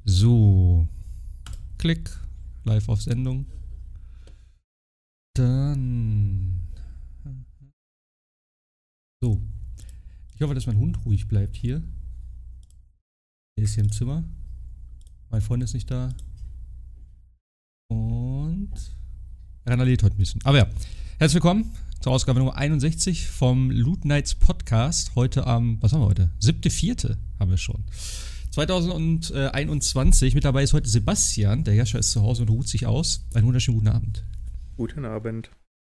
So, Klick, live auf Sendung. Dann. So. Ich hoffe, dass mein Hund ruhig bleibt hier. Er ist hier im Zimmer. Mein Freund ist nicht da. Und Rainer lädt heute ein bisschen. Aber ja, herzlich willkommen zur Ausgabe Nummer 61 vom Loot Nights Podcast. Heute am, was haben wir heute? 7.4. haben wir schon. 2021. Mit dabei ist heute Sebastian. Der Jascha ist zu Hause und ruht sich aus. Einen wunderschönen guten Abend. Guten Abend.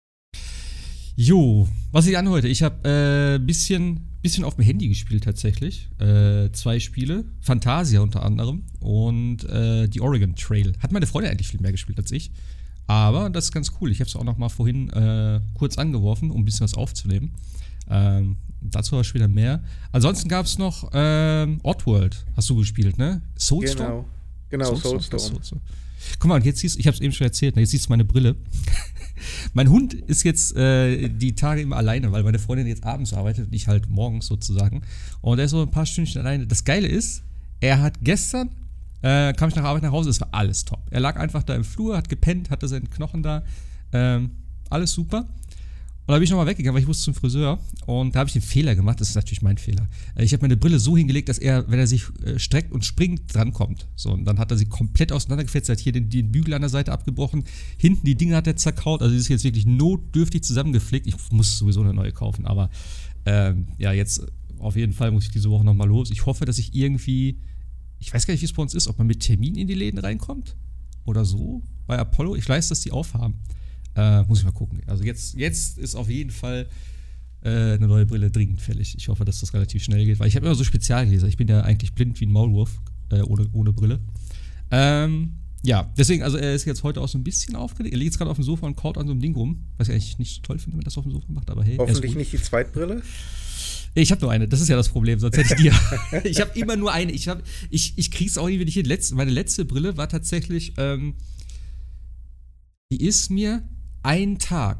Jo, was ich an heute? Ich habe bisschen auf dem Handy gespielt tatsächlich. 2 Spiele. Phantasia unter anderem und die Oregon Trail. Hat meine Freundin eigentlich viel mehr gespielt als ich. Aber das ist ganz cool. Ich habe es auch noch mal vorhin kurz angeworfen, um ein bisschen was aufzunehmen. Dazu aber später mehr. Ansonsten gab es noch Oddworld. Hast du gespielt, ne? Soulstorm? Genau, Soulstorm. Guck mal, und jetzt siehst du, ich habe es eben schon erzählt, jetzt siehst du meine Brille. Mein Hund ist jetzt die Tage immer alleine, weil meine Freundin jetzt abends arbeitet und ich halt morgens sozusagen. Und er ist so ein paar Stündchen alleine. Das Geile ist, er hat gestern, kam ich nach Arbeit nach Hause, es war alles top. Er lag einfach da im Flur, hat gepennt, hatte seinen Knochen da, alles super. Und da bin ich nochmal weggegangen, weil ich musste zum Friseur und da habe ich den Fehler gemacht, das ist natürlich mein Fehler. Ich habe meine Brille so hingelegt, dass er, wenn er sich streckt und springt, drankommt. So, und dann hat er sie komplett auseinandergefetzt, er hat hier den Bügel an der Seite abgebrochen, hinten die Dinge hat er zerkaut, also die ist jetzt wirklich notdürftig zusammengeflickt. Ich muss sowieso eine neue kaufen, aber ja, jetzt auf jeden Fall muss ich diese Woche nochmal los. Ich hoffe, dass ich irgendwie, ich weiß gar nicht, wie es bei uns ist, ob man mit Termin in die Läden reinkommt oder so, bei Apollo. Ich weiß, dass die aufhaben. Muss ich mal gucken. Also jetzt ist auf jeden Fall eine neue Brille dringend fällig. Ich hoffe, dass das relativ schnell geht, weil ich habe immer so Spezialgläser. Ich bin ja eigentlich blind wie ein Maulwurf, ohne Brille. Ja, deswegen, also er ist jetzt heute auch so ein bisschen aufgeregt. Er liegt jetzt gerade auf dem Sofa und kaut an so einem Ding rum, was ich eigentlich nicht so toll finde, wenn das auf dem Sofa macht, aber hey. Hoffentlich nicht die Zweitbrille? Ich habe nur eine, das ist ja das Problem, sonst hätte ich die ja. Ich habe immer nur eine. Ich krieg's auch nie, wenn ich hin. Meine letzte Brille war tatsächlich, die ist mir ein Tag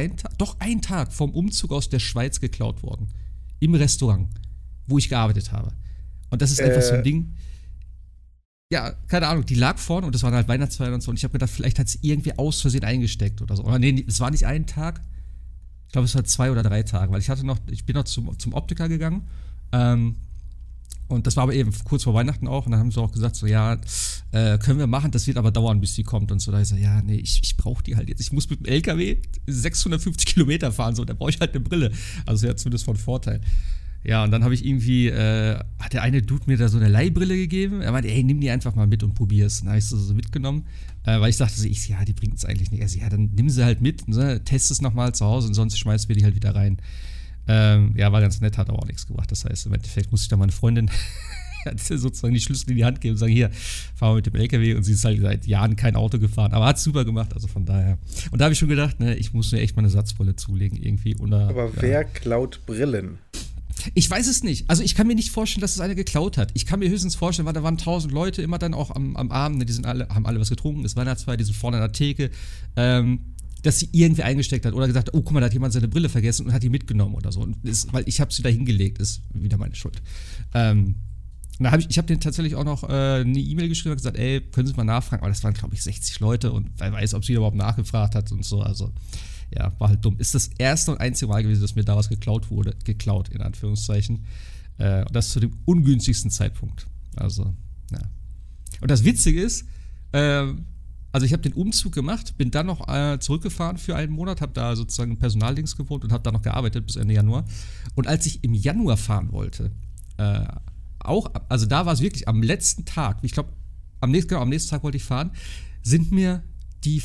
vom Umzug aus der Schweiz geklaut worden. Im Restaurant, wo ich gearbeitet habe. Und das ist einfach so ein Ding. Ja, keine Ahnung, die lag vorne und das waren halt Weihnachtsfeiern und so. Und ich habe gedacht, vielleicht hat es irgendwie aus Versehen eingesteckt oder so. Oder nee, es war nicht ein Tag. Ich glaube, es war 2 oder 3 Tage, weil ich bin noch zum Optiker gegangen. Und das war aber eben kurz vor Weihnachten auch. Und dann haben sie auch gesagt, so, ja, können wir machen, das wird aber dauern, bis die kommt und so. Da ich so, ja, nee, ich brauche die halt jetzt. Ich muss mit dem LKW 650 Kilometer fahren, so, da brauche ich halt eine Brille. Also ja, zumindest von Vorteil. Ja, und dann habe ich irgendwie, hat der eine Dude mir da so eine Leihbrille gegeben. Er meinte, ey, nimm die einfach mal mit und probier's. Dann habe ich sie so mitgenommen, weil ich dachte, ja, die bringt es eigentlich nicht. Also ja, dann nimm sie halt mit, ne, test es nochmal zu Hause und sonst schmeißen wir die halt wieder rein. Ja, war ganz nett, hat aber auch nichts gebracht. Das heißt, im Endeffekt musste ich da meine Freundin sozusagen die Schlüssel in die Hand geben und sagen, hier, fahren wir mit dem LKW. Und sie ist halt seit Jahren kein Auto gefahren, aber hat super gemacht, also von daher. Und da habe ich schon gedacht, ne, ich muss mir echt mal eine Satzbrille zulegen irgendwie. Aber wer klaut Brillen? Ich weiß es nicht. Also ich kann mir nicht vorstellen, dass es einer geklaut hat. Ich kann mir höchstens vorstellen, weil da waren 1000 Leute immer dann auch am Abend, ne, haben alle was getrunken, es Weihnachtsfeier, die sind vorne an der Theke, dass sie irgendwie eingesteckt hat oder gesagt, oh, guck mal, da hat jemand seine Brille vergessen und hat die mitgenommen oder so. Weil ich habe sie da hingelegt, ist wieder meine Schuld. Ich habe denen tatsächlich auch noch eine E-Mail geschrieben und gesagt, ey, können Sie mal nachfragen, aber das waren, glaube ich, 60 Leute und wer weiß, ob sie überhaupt nachgefragt hat und so, also ja, war halt dumm. Ist das erste und einzige Mal gewesen, dass mir da was geklaut in Anführungszeichen. Und das zu dem ungünstigsten Zeitpunkt. Also, ja. Und das Witzige ist, also ich habe den Umzug gemacht, bin dann noch zurückgefahren für einen Monat, habe da sozusagen im Personaldienst gewohnt und habe da noch gearbeitet bis Ende Januar. Und als ich im Januar fahren wollte, also da war es wirklich am letzten Tag, ich glaube, am nächsten Tag wollte ich fahren, sind mir die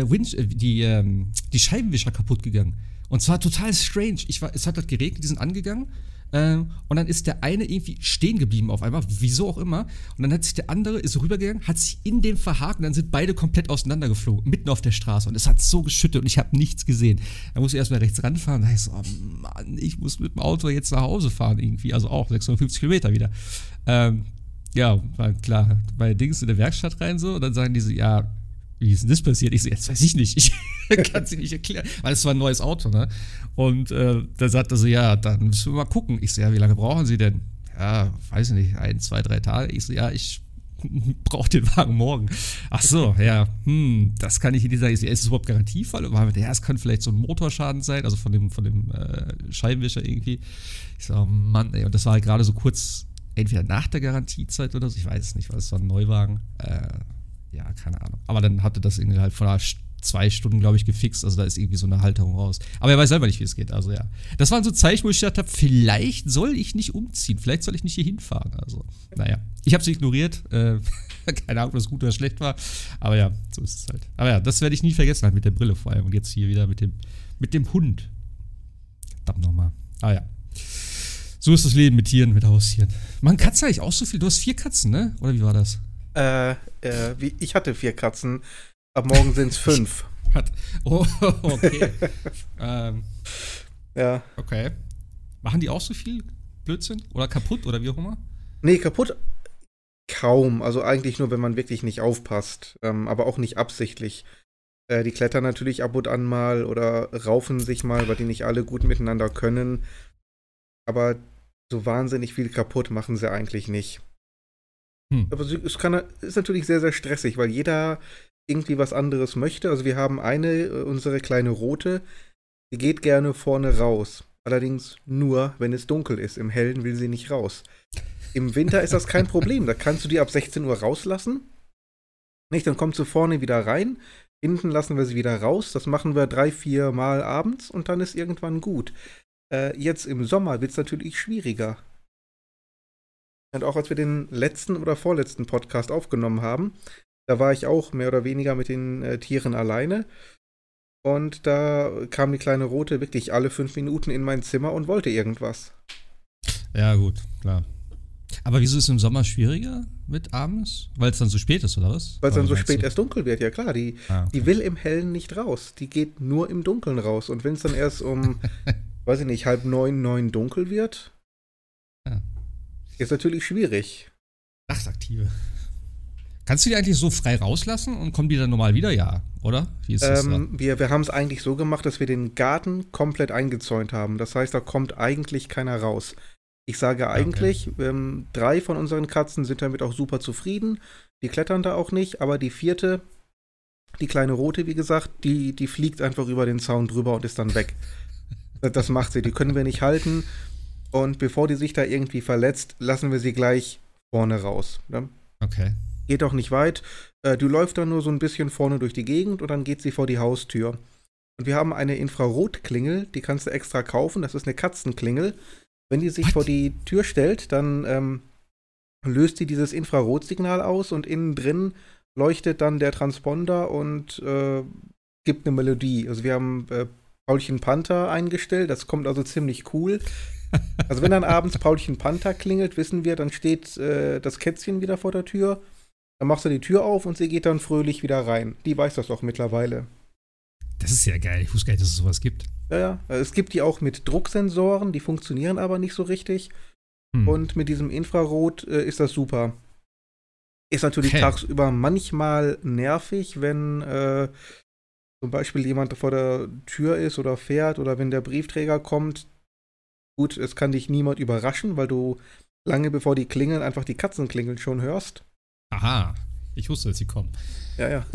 Scheibenwischer kaputt gegangen. Und zwar total strange. Es hat halt geregnet, die sind angegangen. Und dann ist der eine irgendwie stehen geblieben auf einmal, wieso auch immer. Und dann hat sich der andere, ist rübergegangen, hat sich in dem verhakt und dann sind beide komplett auseinandergeflogen, mitten auf der Straße. Und es hat so geschüttet und ich habe nichts gesehen. Dann musste ich erstmal rechts ranfahren. Da ich so, oh Mann, ich muss mit dem Auto jetzt nach Hause fahren irgendwie. Also auch 650 Kilometer wieder. Ja, war klar, bei Dings in der Werkstatt rein so. Und dann sagen die so, ja, wie ist denn das passiert? Ich so, jetzt weiß ich nicht. Ich kann es dir nicht erklären. Weil es war ein neues Auto, ne? Und da sagt er so, ja, dann müssen wir mal gucken. Ich so, ja, wie lange brauchen Sie denn? Ja, weiß ich nicht, 1, 2, 3 Tage. Ich so, ja, ich braucht den Wagen morgen. Ach so, ja, das kann ich in dieser, ist es überhaupt Garantiefall? Ja, es kann vielleicht so ein Motorschaden sein, also von dem Scheibenwischer irgendwie. Ich so, oh Mann, ey, und das war halt gerade so kurz, entweder nach der Garantiezeit oder so, ich weiß es nicht, weil es war ein Neuwagen. Ja, keine Ahnung. Aber dann hatte das irgendwie halt von 2 Stunden, glaube ich, gefixt. Also da ist irgendwie so eine Halterung raus. Aber er weiß selber nicht, wie es geht. Also ja. Das waren so Zeichen, wo ich gedacht habe, vielleicht soll ich nicht umziehen. Vielleicht soll ich nicht hier hinfahren. Also, naja. Ich habe es ignoriert. Keine Ahnung, ob das gut oder schlecht war. Aber ja, so ist es halt. Aber ja, das werde ich nie vergessen, halt mit der Brille vor allem. Und jetzt hier wieder mit dem Hund. Verdammt nochmal. Ah ja. So ist das Leben mit Tieren, mit Haustieren. Machen Katzen eigentlich auch so viel? Du hast 4 Katzen, ne? Oder wie war das? Ich hatte 4 Katzen. Ab morgen sind es 5. Oh, okay. Ja. Okay. Machen die auch so viel Blödsinn? Oder kaputt oder wie auch immer? Nee, kaputt kaum. Also eigentlich nur, wenn man wirklich nicht aufpasst. Aber auch nicht absichtlich. Die klettern natürlich ab und an mal oder raufen sich mal, weil die nicht alle gut miteinander können. Aber so wahnsinnig viel kaputt machen sie eigentlich nicht. Aber es ist natürlich sehr, sehr stressig, weil jeder irgendwie was anderes möchte. Also wir haben unsere kleine Rote, die geht gerne vorne raus. Allerdings nur, wenn es dunkel ist. Im Hellen will sie nicht raus. Im Winter ist das kein Problem. Da kannst du die ab 16 Uhr rauslassen. Nicht, dann kommt sie vorne wieder rein. Hinten lassen wir sie wieder raus. Das machen wir 3-4 Mal abends und dann ist irgendwann gut. Jetzt im Sommer wird es natürlich schwieriger. Und auch als wir den letzten oder vorletzten Podcast aufgenommen haben, da war ich auch mehr oder weniger mit den Tieren alleine. Und da kam die kleine Rote wirklich alle 5 Minuten in mein Zimmer und wollte irgendwas. Ja, gut, klar. Aber wieso ist es im Sommer schwieriger mit abends? Weil es dann so spät ist, oder was? Weil es dann so spät erst dunkel wird, ja klar. Die will im Hellen nicht raus. Die geht nur im Dunkeln raus. Und wenn es dann erst um, weiß ich nicht, 8:30, 9 dunkel wird, ist natürlich schwierig. Nachtaktive. Kannst du die eigentlich so frei rauslassen und kommen die dann normal wieder? Ja, oder? Wie ist das dann? Wir haben es eigentlich so gemacht, dass wir den Garten komplett eingezäunt haben. Das heißt, da kommt eigentlich keiner raus. Ich sage eigentlich, 3 von unseren Katzen sind damit auch super zufrieden. Die klettern da auch nicht, aber die 4., die kleine Rote, wie gesagt, die fliegt einfach über den Zaun drüber und ist dann weg. Das macht sie, die können wir nicht halten. Und bevor die sich da irgendwie verletzt, lassen wir sie gleich vorne raus. Ne? Okay. Geht auch nicht weit. Die läuft dann nur so ein bisschen vorne durch die Gegend und dann geht sie vor die Haustür. Und wir haben eine Infrarotklingel, die kannst du extra kaufen. Das ist eine Katzenklingel. Wenn die sich vor die Tür stellt, dann löst sie dieses Infrarotsignal aus und innen drin leuchtet dann der Transponder und gibt eine Melodie. Also wir haben Paulchen Panther eingestellt, das kommt also ziemlich cool. Also wenn dann abends Paulchen Panther klingelt, wissen wir, dann steht das Kätzchen wieder vor der Tür. Dann machst du die Tür auf und sie geht dann fröhlich wieder rein. Die weiß das auch mittlerweile. Das ist ja geil. Ich wusste gar nicht, dass es sowas gibt. Ja. Es gibt die auch mit Drucksensoren, die funktionieren aber nicht so richtig. Und mit diesem Infrarot ist das super. Ist natürlich tagsüber manchmal nervig, wenn zum Beispiel jemand vor der Tür ist oder fährt oder wenn der Briefträger kommt. Gut, es kann dich niemand überraschen, weil du lange bevor die klingeln einfach die Katzenklingeln schon hörst. Aha, ich wusste, dass sie kommen. Ja.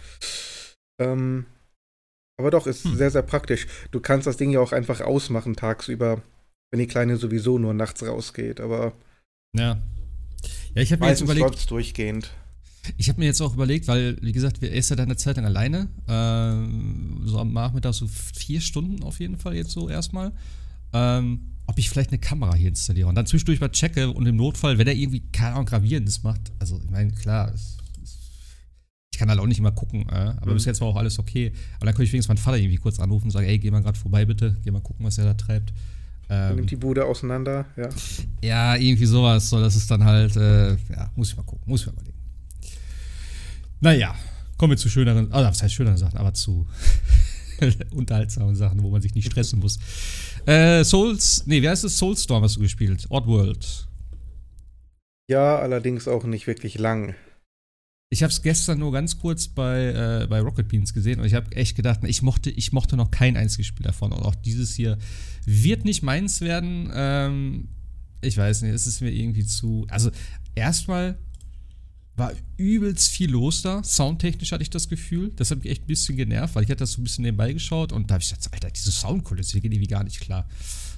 Aber doch, ist sehr, sehr praktisch. Du kannst das Ding ja auch einfach ausmachen tagsüber, wenn die Kleine sowieso nur nachts rausgeht, aber ja, ich habe mir jetzt überlegt, läuft's durchgehend. Ich habe mir jetzt auch überlegt, weil, wie gesagt, er ist ja dann eine Zeit lang alleine, so am Nachmittag so 4 Stunden auf jeden Fall jetzt so erstmal, ob ich vielleicht eine Kamera hier installiere und dann zwischendurch mal checke und im Notfall, wenn er irgendwie, keine Ahnung, Gravierendes macht, also ich meine, klar, ich kann halt auch nicht immer gucken, aber bis jetzt war auch alles okay. Aber dann könnte ich wenigstens meinen Vater irgendwie kurz anrufen und sagen, ey, geh mal gerade vorbei bitte, geh mal gucken, was er da treibt. Nimmt die Bude auseinander, ja. Ja, irgendwie sowas, so, das ist dann halt, muss ich mal gucken, muss ich mal überlegen. Naja, kommen wir zu schöneren, was heißt schöneren Sachen, aber zu unterhaltsamen Sachen, wo man sich nicht stressen muss. wie heißt es? Soulstorm hast du gespielt, Oddworld. Ja, allerdings auch nicht wirklich lang. Ich habe es gestern nur ganz kurz bei Rocket Beans gesehen und ich habe echt gedacht, ich mochte noch kein einziges Spiel davon und auch dieses hier wird nicht meins werden. Ich weiß nicht, es ist mir irgendwie zu, also erstmal war übelst viel los da. Soundtechnisch hatte ich das Gefühl. Das hat mich echt ein bisschen genervt, weil ich hatte das so ein bisschen nebenbei geschaut und da habe ich gedacht, Alter, diese Soundkulisse geht irgendwie gar nicht klar.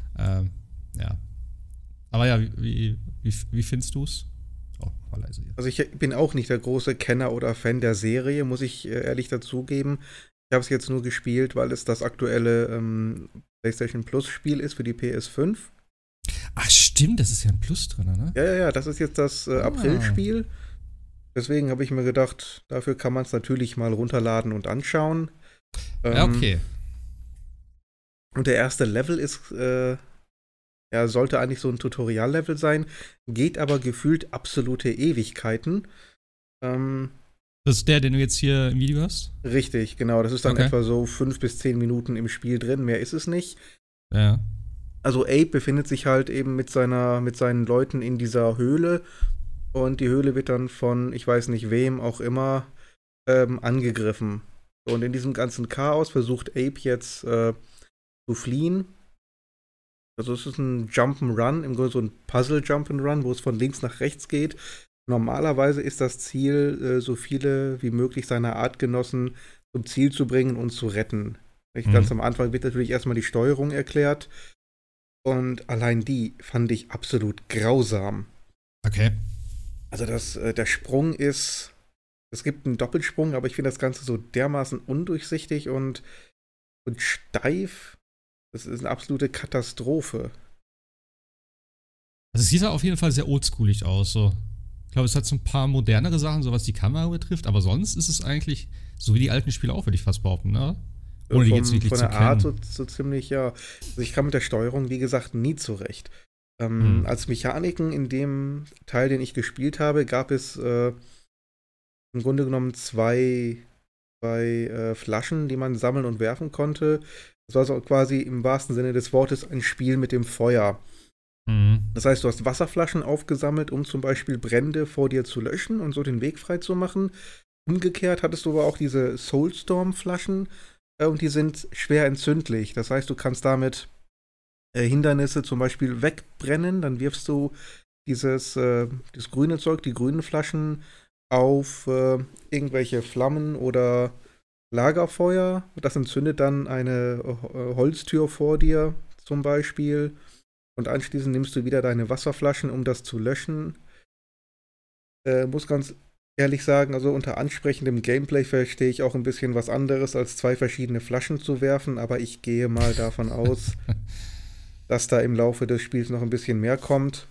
Ja. Aber ja, wie findest du es? Oh, war leise hier. Also ich bin auch nicht der große Kenner oder Fan der Serie, muss ich ehrlich dazugeben. Ich habe es jetzt nur gespielt, weil es das aktuelle PlayStation Plus Spiel ist für die PS5. Ach stimmt, das ist ja ein Plus drin, ne? Ja, das ist jetzt das Aprilspiel. Deswegen habe ich mir gedacht, dafür kann man es natürlich mal runterladen und anschauen. Ja, okay. Und der erste Level ist, sollte eigentlich so ein Tutorial-Level sein, geht aber gefühlt absolute Ewigkeiten. Das ist der, den du jetzt hier im Video hast? Richtig, genau. Das ist dann etwa so 5 bis 10 Minuten im Spiel drin, mehr ist es nicht. Ja. Also Abe befindet sich halt eben mit seinen Leuten in dieser Höhle und die Höhle wird dann von, ich weiß nicht wem auch immer, angegriffen. Und in diesem ganzen Chaos versucht Abe jetzt zu fliehen. Also es ist ein Jump'n'Run, im Grunde so ein Puzzle-Jump'n'Run, wo es von links nach rechts geht. Normalerweise ist das Ziel, so viele wie möglich seiner Artgenossen zum Ziel zu bringen und zu retten. Ganz am Anfang wird natürlich erstmal die Steuerung erklärt. Und allein die fand ich absolut grausam. Okay. Also der Sprung ist, es gibt einen Doppelsprung, aber ich finde das Ganze so dermaßen undurchsichtig und steif. Das ist eine absolute Katastrophe. Also es sieht ja auf jeden Fall sehr oldschoolig aus. So. Ich glaube, es hat so ein paar modernere Sachen, so was die Kamera betrifft, aber sonst ist es eigentlich so wie die alten Spiele auch, würde ich fast behaupten, ne? Ohne die jetzt wirklich von zu der Art kennen. so ziemlich, ja. Also ich kam mit der Steuerung, wie gesagt, nie zurecht. Als Mechaniken in dem Teil, den ich gespielt habe, gab es im Grunde genommen zwei Flaschen, die man sammeln und werfen konnte. Das war so quasi im wahrsten Sinne des Wortes ein Spiel mit dem Feuer. Das heißt, du hast Wasserflaschen aufgesammelt, um zum Beispiel Brände vor dir zu löschen und so den Weg frei zu machen. Umgekehrt hattest du aber auch diese Soulstorm-Flaschen und die sind schwer entzündlich. Das heißt, du kannst damit Hindernisse zum Beispiel wegbrennen, dann wirfst du dieses grüne Zeug, die grünen Flaschen auf irgendwelche Flammen oder Lagerfeuer. Das entzündet dann eine Holztür vor dir zum Beispiel. Und anschließend nimmst du wieder deine Wasserflaschen, um das zu löschen. Muss ganz ehrlich sagen, also unter ansprechendem Gameplay verstehe ich auch ein bisschen was anderes, als 2 verschiedene Flaschen zu werfen. Aber ich gehe mal davon aus, dass da im Laufe des Spiels noch ein bisschen mehr kommt.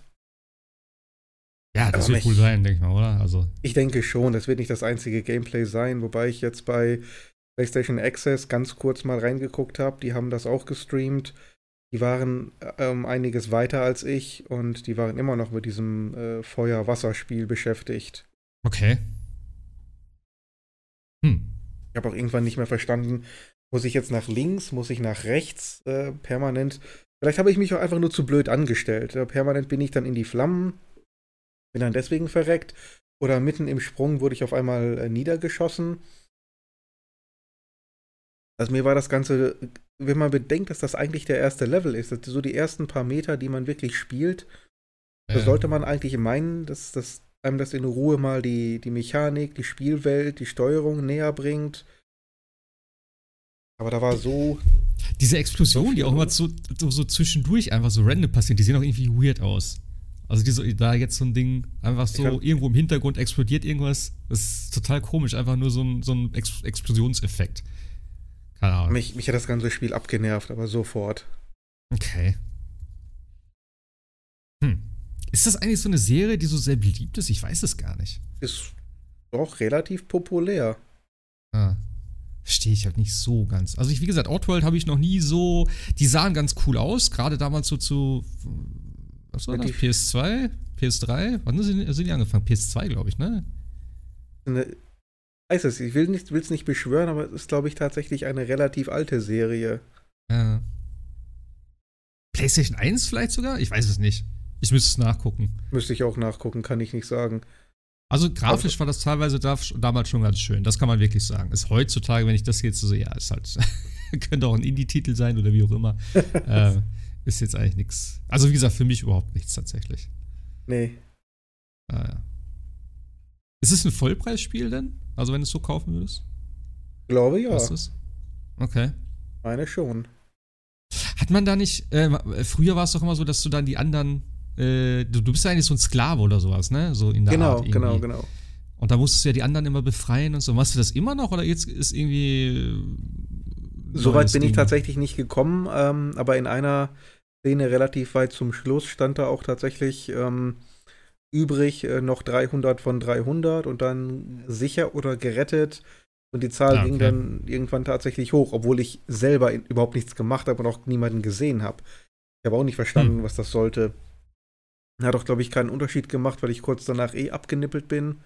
Ja, das wird wohl sein, denke ich mal, oder? Also ich denke schon, das wird nicht das einzige Gameplay sein, wobei ich jetzt bei PlayStation Access ganz kurz mal reingeguckt habe. Die haben das auch gestreamt. Die waren einiges weiter als ich und die waren immer noch mit diesem Feuer-Wasser-Spiel beschäftigt. okay. Ich habe auch irgendwann nicht mehr verstanden, muss ich jetzt nach links, muss ich nach rechts permanent. Vielleicht habe ich mich auch einfach nur zu blöd angestellt. Permanent bin ich dann in die Flammen, bin dann deswegen verreckt. Oder mitten im Sprung wurde ich auf einmal niedergeschossen. Also mir war das Ganze, wenn man bedenkt, dass das eigentlich der erste Level ist, dass so die ersten paar Meter, die man wirklich spielt, da sollte man eigentlich meinen, dass einem das in Ruhe mal die Mechanik, die Spielwelt, die Steuerung näher bringt. Aber da war so. Diese Explosionen, die auch immer so zwischendurch einfach so random passieren, die sehen auch irgendwie weird aus. Also da jetzt so ein Ding einfach so irgendwo im Hintergrund explodiert irgendwas, das ist total komisch, einfach nur so ein Explosionseffekt. Keine Ahnung. Mich hat das ganze Spiel abgenervt, aber sofort. Okay. Ist das eigentlich so eine Serie, die so sehr beliebt ist? Ich weiß es gar nicht. Ist doch relativ populär. Verstehe ich halt nicht so ganz. Also wie gesagt, Oddworld habe ich noch nie so. Die sahen ganz cool aus, gerade damals so zu. Was war das? PS2? PS3? Wann sind die angefangen? PS2, glaube ich, ne? Ich will es nicht beschwören, aber es ist, glaube ich, tatsächlich eine relativ alte Serie. Ja. PlayStation 1 vielleicht sogar? Ich weiß es nicht. Ich müsste es nachgucken. Müsste ich auch nachgucken, kann ich nicht sagen. Also grafisch war das teilweise damals schon ganz schön. Das kann man wirklich sagen. Ist heutzutage, wenn ich das jetzt so sehe, ja, ist halt, könnte auch ein Indie-Titel sein oder wie auch immer. Ist jetzt eigentlich nichts. Also wie gesagt, für mich überhaupt nichts tatsächlich. Nee. Ja. Ist es ein Vollpreisspiel denn? Also wenn du es so kaufen würdest? Glaube ja. Was ist? Okay. Meine schon. Hat man da nicht, früher war es doch immer so, dass du dann die anderen, du bist ja eigentlich so ein Sklave oder sowas, ne? So in der Art irgendwie. Genau. Und da musstest du ja die anderen immer befreien und so. Machst du das immer noch oder jetzt ist irgendwie. Soweit bin ich tatsächlich nicht gekommen, aber in einer Szene relativ weit zum Schluss stand da auch tatsächlich übrig noch 300 von 300 und dann sicher oder gerettet. Und die Zahl ging dann irgendwann tatsächlich hoch, obwohl ich selber überhaupt nichts gemacht habe und auch niemanden gesehen habe. Ich habe auch nicht verstanden, was das sollte. Hat auch, glaube ich, keinen Unterschied gemacht, weil ich kurz danach abgenippelt bin.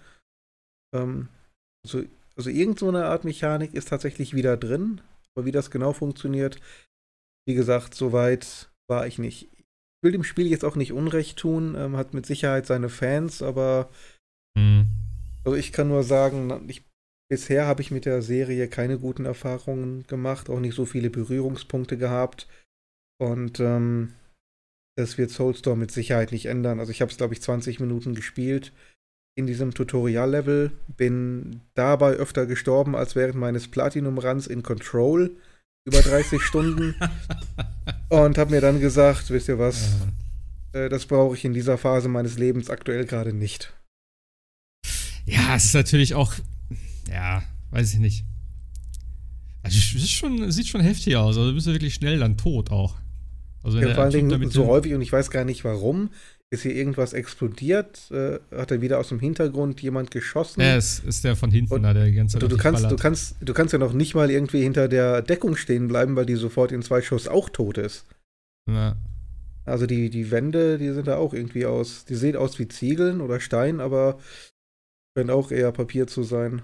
Also irgend so eine Art Mechanik ist tatsächlich wieder drin. Aber wie das genau funktioniert, wie gesagt, so weit war ich nicht. Ich will dem Spiel jetzt auch nicht Unrecht tun, hat mit Sicherheit seine Fans, aber also ich kann nur sagen, bisher habe ich mit der Serie keine guten Erfahrungen gemacht, auch nicht so viele Berührungspunkte gehabt und das wird Soulstorm mit Sicherheit nicht ändern. Also ich habe es, glaube ich, 20 Minuten gespielt in diesem Tutorial-Level, bin dabei öfter gestorben als während meines Platinum-Runs in Control, über 30 Stunden und habe mir dann gesagt, wisst ihr was, das brauche ich in dieser Phase meines Lebens aktuell gerade nicht. Ja, es ist natürlich auch, ja, weiß ich nicht. Also es sieht schon heftig aus, also du bist ja wirklich schnell dann tot auch. Also ja, vor allen Dingen so häufig und ich weiß gar nicht warum. Ist hier irgendwas explodiert? Hat er wieder aus dem Hintergrund jemand geschossen? Ja, es ist der von hinten da, der die ganze Zeit du kannst ja noch nicht mal irgendwie hinter der Deckung stehen bleiben, weil die sofort in 2 Schuss auch tot ist. Ja. Also die Wände, die sind da auch irgendwie die sehen aus wie Ziegeln oder Stein, aber scheinen auch eher Papier zu sein.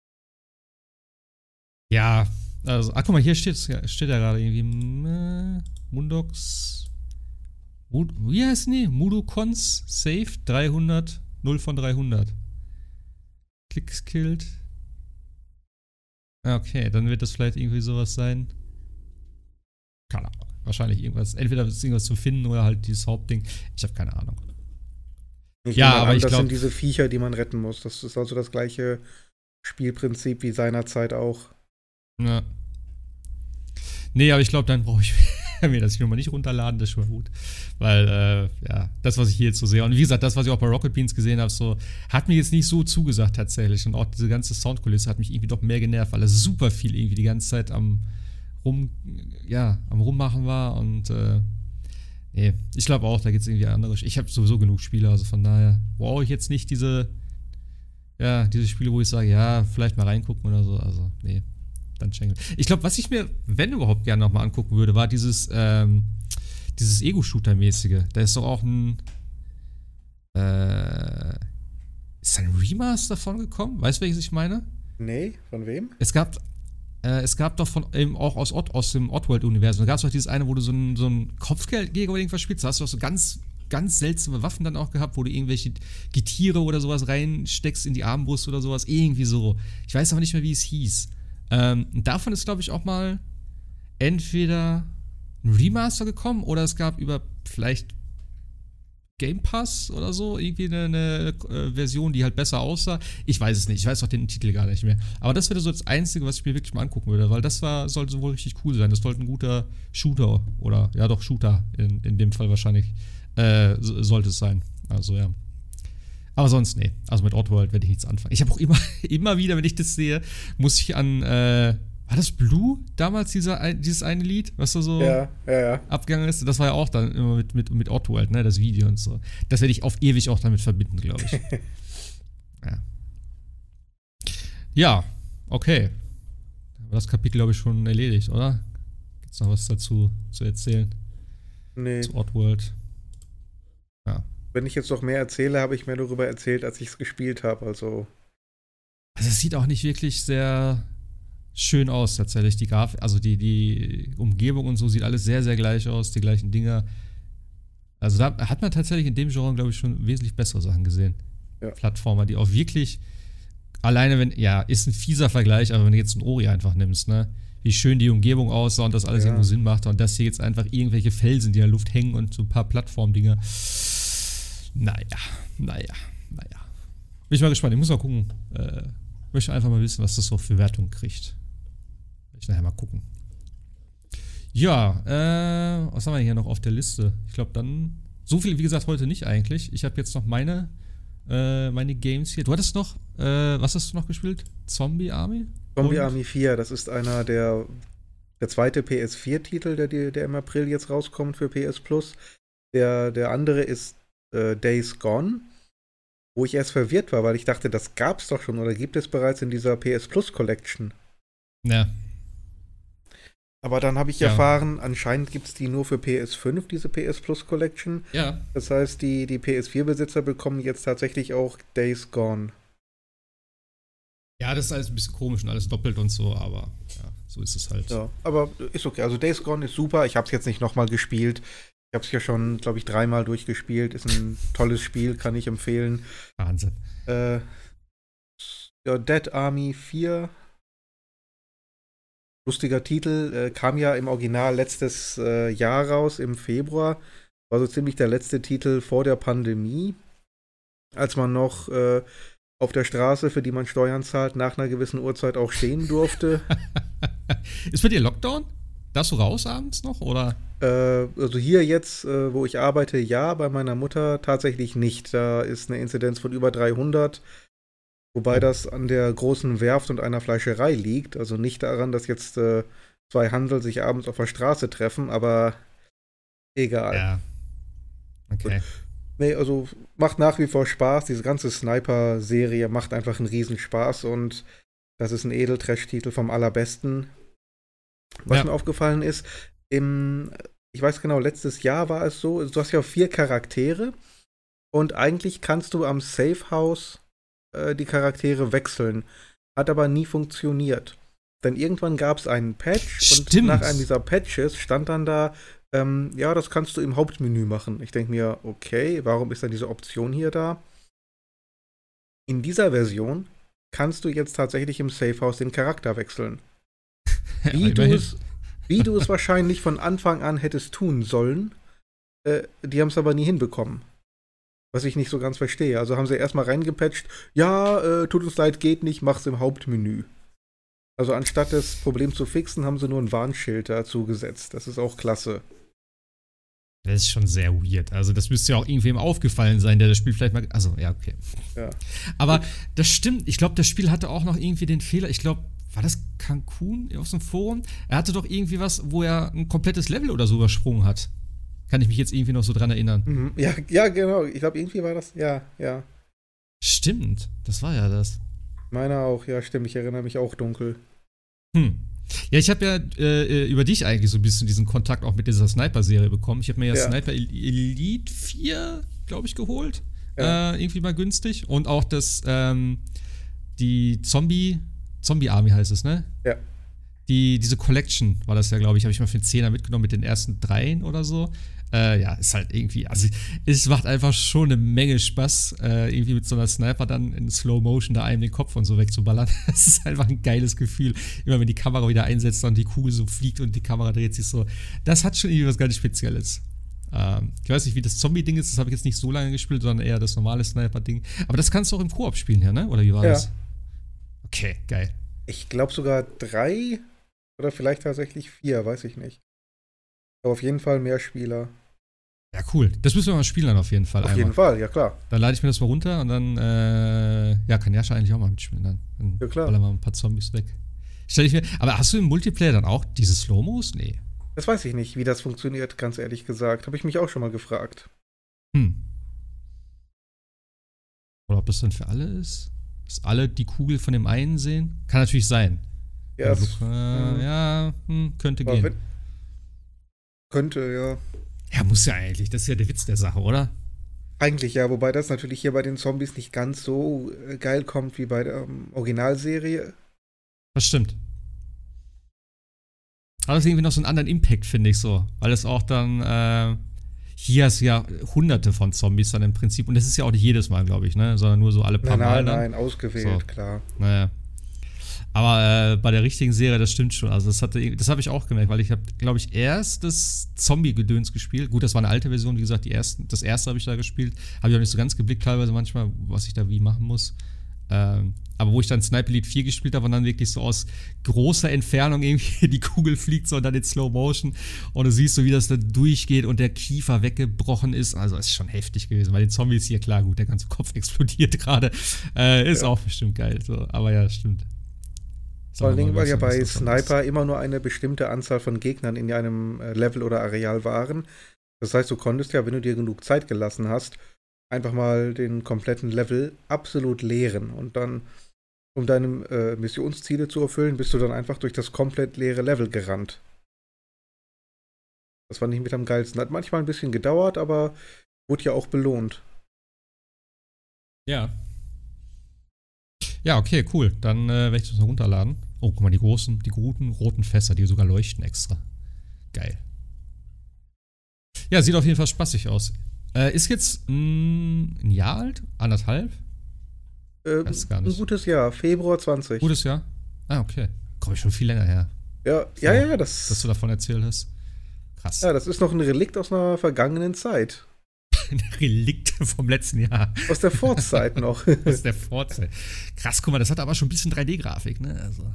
Ja, also, guck mal, hier steht ja gerade irgendwie Mundox. Wie heißt die? Mudokons Safe 300, 0 von 300. Klicks killed. Okay, dann wird das vielleicht irgendwie sowas sein. Keine Ahnung. Wahrscheinlich irgendwas. Entweder ist irgendwas zu finden oder halt dieses Hauptding. Ich habe keine Ahnung. Ich glaube, das sind diese Viecher, die man retten muss. Das ist also das gleiche Spielprinzip wie seinerzeit auch. Ja. Nee, aber ich glaube, dann brauche ich mir das Spiel mal nicht runterladen, das ist schon mal gut. Weil, ja, das, was ich hier jetzt so sehe, und wie gesagt, das, was ich auch bei Rocket Beans gesehen habe, so, hat mir jetzt nicht so zugesagt tatsächlich. Und auch diese ganze Soundkulisse hat mich irgendwie doch mehr genervt, weil das super viel irgendwie die ganze Zeit am Rummachen war. Und, nee, ich glaube auch, da gibt es irgendwie andere. Ich habe sowieso genug Spiele, also von daher brauche ich jetzt nicht diese Spiele, wo ich sage, ja, vielleicht mal reingucken oder so. Also, nee. Ich glaube, was ich mir, wenn überhaupt, gerne nochmal angucken würde, war dieses Ego-Shooter-mäßige. Da ist doch auch ist ein Remaster davon gekommen? Weißt du, welches ich meine? Nee, von wem? Es gab doch eben auch aus dem Oddworld-Universum. Da gab es doch dieses eine, wo du so ein Kopfgeldjäger verspielst. Da hast du auch so ganz, ganz seltsame Waffen dann auch gehabt, wo du irgendwelche Getiere oder sowas reinsteckst in die Armbrust oder sowas. Irgendwie so. Ich weiß aber nicht mehr, wie es hieß. Davon ist, glaube ich, auch mal entweder ein Remaster gekommen oder es gab über vielleicht Game Pass oder so irgendwie eine Version, die halt besser aussah. Ich weiß es nicht, ich weiß auch den Titel gar nicht mehr. Aber das wäre so das Einzige, was ich mir wirklich mal angucken würde, weil sollte wohl richtig cool sein. Das sollte ein guter Shooter oder, ja doch, Shooter in dem Fall wahrscheinlich sollte es sein. Also ja. Aber sonst, nee. Also mit Oddworld werde ich nichts anfangen. Ich habe auch immer wieder, wenn ich das sehe, muss ich an, war das Blue damals, dieses eine Lied, was da so abgegangen ist? Das war ja auch dann immer mit Oddworld, ne, das Video und so. Das werde ich auf ewig auch damit verbinden, glaube ich. Ja, okay. Dann war das Kapitel, glaube ich, schon erledigt, oder? Gibt's noch was dazu zu erzählen? Nee. Zu Oddworld. Ja. Wenn ich jetzt noch mehr erzähle, habe ich mehr darüber erzählt, als ich es gespielt habe, also es sieht auch nicht wirklich sehr schön aus, tatsächlich. Die Grafik, also die Umgebung und so sieht alles sehr, sehr gleich aus, die gleichen Dinger. Also da hat man tatsächlich in dem Genre, glaube ich, schon wesentlich bessere Sachen gesehen. Ja. Plattformer, die auch wirklich alleine, ist ein fieser Vergleich, aber wenn du jetzt einen Ori einfach nimmst, ne, wie schön die Umgebung aussah und das alles irgendwo Sinn macht und das hier jetzt einfach irgendwelche Felsen, die in der Luft hängen und so ein paar Plattformdinger. Naja. Bin ich mal gespannt. Ich muss mal gucken. Möchte einfach mal wissen, was das so für Wertung kriegt. Will ich nachher mal gucken. Ja, was haben wir hier noch auf der Liste? Ich glaube dann, so viel, wie gesagt, heute nicht eigentlich. Ich habe jetzt noch meine Games hier. Du hattest noch, was hast du noch gespielt? Zombie Army? Zombie Army 4, das ist einer der zweite PS4-Titel, der im April jetzt rauskommt für PS Plus. Der andere ist Days Gone, wo ich erst verwirrt war, weil ich dachte, das gab's doch schon oder gibt es bereits in dieser PS Plus Collection. Ja. Aber dann habe ich erfahren, anscheinend gibt es die nur für PS5, diese PS Plus Collection. Ja. Das heißt, die PS4-Besitzer bekommen jetzt tatsächlich auch Days Gone. Ja, das ist alles ein bisschen komisch und alles doppelt und so, aber ja, so ist es halt. Ja, aber ist okay. Also Days Gone ist super. Ich habe es jetzt nicht nochmal gespielt. Ich habe es ja schon, glaube ich, 3-mal durchgespielt. Ist ein tolles Spiel, kann ich empfehlen. Wahnsinn. Dead Army 4. Lustiger Titel, kam ja im Original letztes Jahr raus, im Februar. War so ziemlich der letzte Titel vor der Pandemie, als man noch auf der Straße, für die man Steuern zahlt, nach einer gewissen Uhrzeit auch stehen durfte. Ist bei dir Lockdown? Darfst du raus abends noch, oder? Also hier jetzt, wo ich arbeite, ja, bei meiner Mutter tatsächlich nicht. Da ist eine Inzidenz von über 300. Wobei das an der großen Werft und einer Fleischerei liegt. Also nicht daran, dass jetzt 2 Handel sich abends auf der Straße treffen, aber egal. Ja. Okay. Nee, also macht nach wie vor Spaß. Diese ganze Sniper-Serie macht einfach einen Riesenspaß und das ist ein Edeltrash-Titel vom Allerbesten. Was mir aufgefallen ist, ich weiß genau, letztes Jahr war es so, du hast ja 4 Charaktere und eigentlich kannst du am Safe House die Charaktere wechseln. Hat aber nie funktioniert. Denn irgendwann gab es einen Patch und nach einem dieser Patches stand dann da, ja, das kannst du im Hauptmenü machen. Ich denke mir, okay, warum ist dann diese Option hier da? In dieser Version kannst du jetzt tatsächlich im Safe House den Charakter wechseln. Wie du es wahrscheinlich von Anfang an hättest tun sollen, die haben es aber nie hinbekommen. Was ich nicht so ganz verstehe. Also haben sie erstmal reingepatcht, ja, tut uns leid, geht nicht, mach's im Hauptmenü. Also anstatt das Problem zu fixen, haben sie nur ein Warnschild dazu gesetzt. Das ist auch klasse. Das ist schon sehr weird. Also das müsste ja auch irgendwem aufgefallen sein, der das Spiel vielleicht mal... Also, ja, okay. Ja. Aber das stimmt. Ich glaube, das Spiel hatte auch noch irgendwie den Fehler. Ich glaube, war das Cancun aus dem Forum? Er hatte doch irgendwie was, wo er ein komplettes Level oder so übersprungen hat. Kann ich mich jetzt irgendwie noch so dran erinnern. Mhm. Ja, genau. Ich glaube, irgendwie war das, ja. Stimmt, das war ja das. Meiner auch, ja, stimmt. Ich erinnere mich auch dunkel. Ja, ich habe ja über dich eigentlich so ein bisschen diesen Kontakt auch mit dieser Sniper-Serie bekommen. Ich habe mir ja Sniper Elite 4, glaube ich, geholt. Ja. Irgendwie mal günstig. Und auch die Zombie Army heißt es, ne? Ja. Diese Collection war das ja, glaube ich, habe ich mal für einen 10er mitgenommen mit den ersten 3 oder so. Ja, ist halt irgendwie, also es macht einfach schon eine Menge Spaß, irgendwie mit so einer Sniper dann in Slow Motion da einem den Kopf und so wegzuballern. Das ist einfach ein geiles Gefühl. Immer wenn die Kamera wieder einsetzt und die Kugel so fliegt und die Kamera dreht sich so. Das hat schon irgendwie was ganz Spezielles. Ich weiß nicht, wie das Zombie-Ding ist, das habe ich jetzt nicht so lange gespielt, sondern eher das normale Sniper-Ding. Aber das kannst du auch im Koop spielen, ja, ne? Oder wie war das? Okay, geil. Ich glaube sogar 3 oder vielleicht tatsächlich 4, weiß ich nicht. Aber auf jeden Fall mehr Spieler. Ja, cool. Das müssen wir mal spielen dann auf jeden Fall. Auf jeden Fall, ja klar. Dann lade ich mir das mal runter und dann, kann Jascha eigentlich auch mal mitspielen dann. Ja, klar. Ballern wir ein paar Zombies weg. Stell ich mir, aber hast du im Multiplayer dann auch diese Slow-Mos? Nee. Das weiß ich nicht, wie das funktioniert, ganz ehrlich gesagt. Habe ich mich auch schon mal gefragt. Oder ob das dann für alle ist? Dass alle die Kugel von dem einen sehen? Kann natürlich sein. Ja, könnte gehen. Könnte, ja. Ja, muss ja eigentlich. Das ist ja der Witz der Sache, oder? Eigentlich ja, wobei das natürlich hier bei den Zombies nicht ganz so geil kommt wie bei der Originalserie. Das stimmt. Hat das irgendwie noch so einen anderen Impact, finde ich so. Weil es auch dann, hier hast du ja hunderte von Zombies dann im Prinzip. Und das ist ja auch nicht jedes Mal, glaube ich, ne? Sondern nur so alle paar Mal. Nein, ausgewählt, so. klar. Naja. Aber bei der richtigen Serie, das stimmt schon. Also das habe ich auch gemerkt, weil ich habe, glaube ich, erst das Zombie-Gedöns gespielt. Gut, das war eine alte Version, wie gesagt, das erste habe ich da gespielt. Habe ich auch nicht so ganz geblickt teilweise manchmal, was ich da wie machen muss. Aber wo ich dann Sniper Elite 4 gespielt habe und dann wirklich so aus großer Entfernung irgendwie die Kugel fliegt so und dann in Slow Motion und du siehst so, wie das da durchgeht und der Kiefer weggebrochen ist. Also ist schon heftig gewesen. Bei den Zombies hier, klar, gut, der ganze Kopf explodiert gerade. Ist auch bestimmt geil. So. Aber ja, stimmt. Vor allen Dingen, weil ja bei Sniper immer nur eine bestimmte Anzahl von Gegnern in einem Level oder Areal waren. Das heißt, du konntest ja, wenn du dir genug Zeit gelassen hast, einfach mal den kompletten Level absolut leeren. Und dann, um deine Missionsziele zu erfüllen, bist du dann einfach durch das komplett leere Level gerannt. Das fand ich mit am geilsten. Hat manchmal ein bisschen gedauert, aber wurde ja auch belohnt. Ja. Ja, okay, cool. Dann werde ich das mal runterladen. Oh, guck mal, die guten roten Fässer, die sogar leuchten extra. Geil. Ja, sieht auf jeden Fall spaßig aus. Ist jetzt ein Jahr alt? Anderthalb? Weiß gar nicht. Ein gutes Jahr, Februar 20. Gutes Jahr? Ah, okay. Komm ich schon viel länger her. Ja, dass du davon erzählt hast. Krass. Ja, das ist noch ein Relikt aus einer vergangenen Zeit. Ein Relikt vom letzten Jahr. Aus der Vorzeit noch. Aus der Vorzeit. Krass, guck mal, das hat aber schon ein bisschen 3D-Grafik, ne? Also.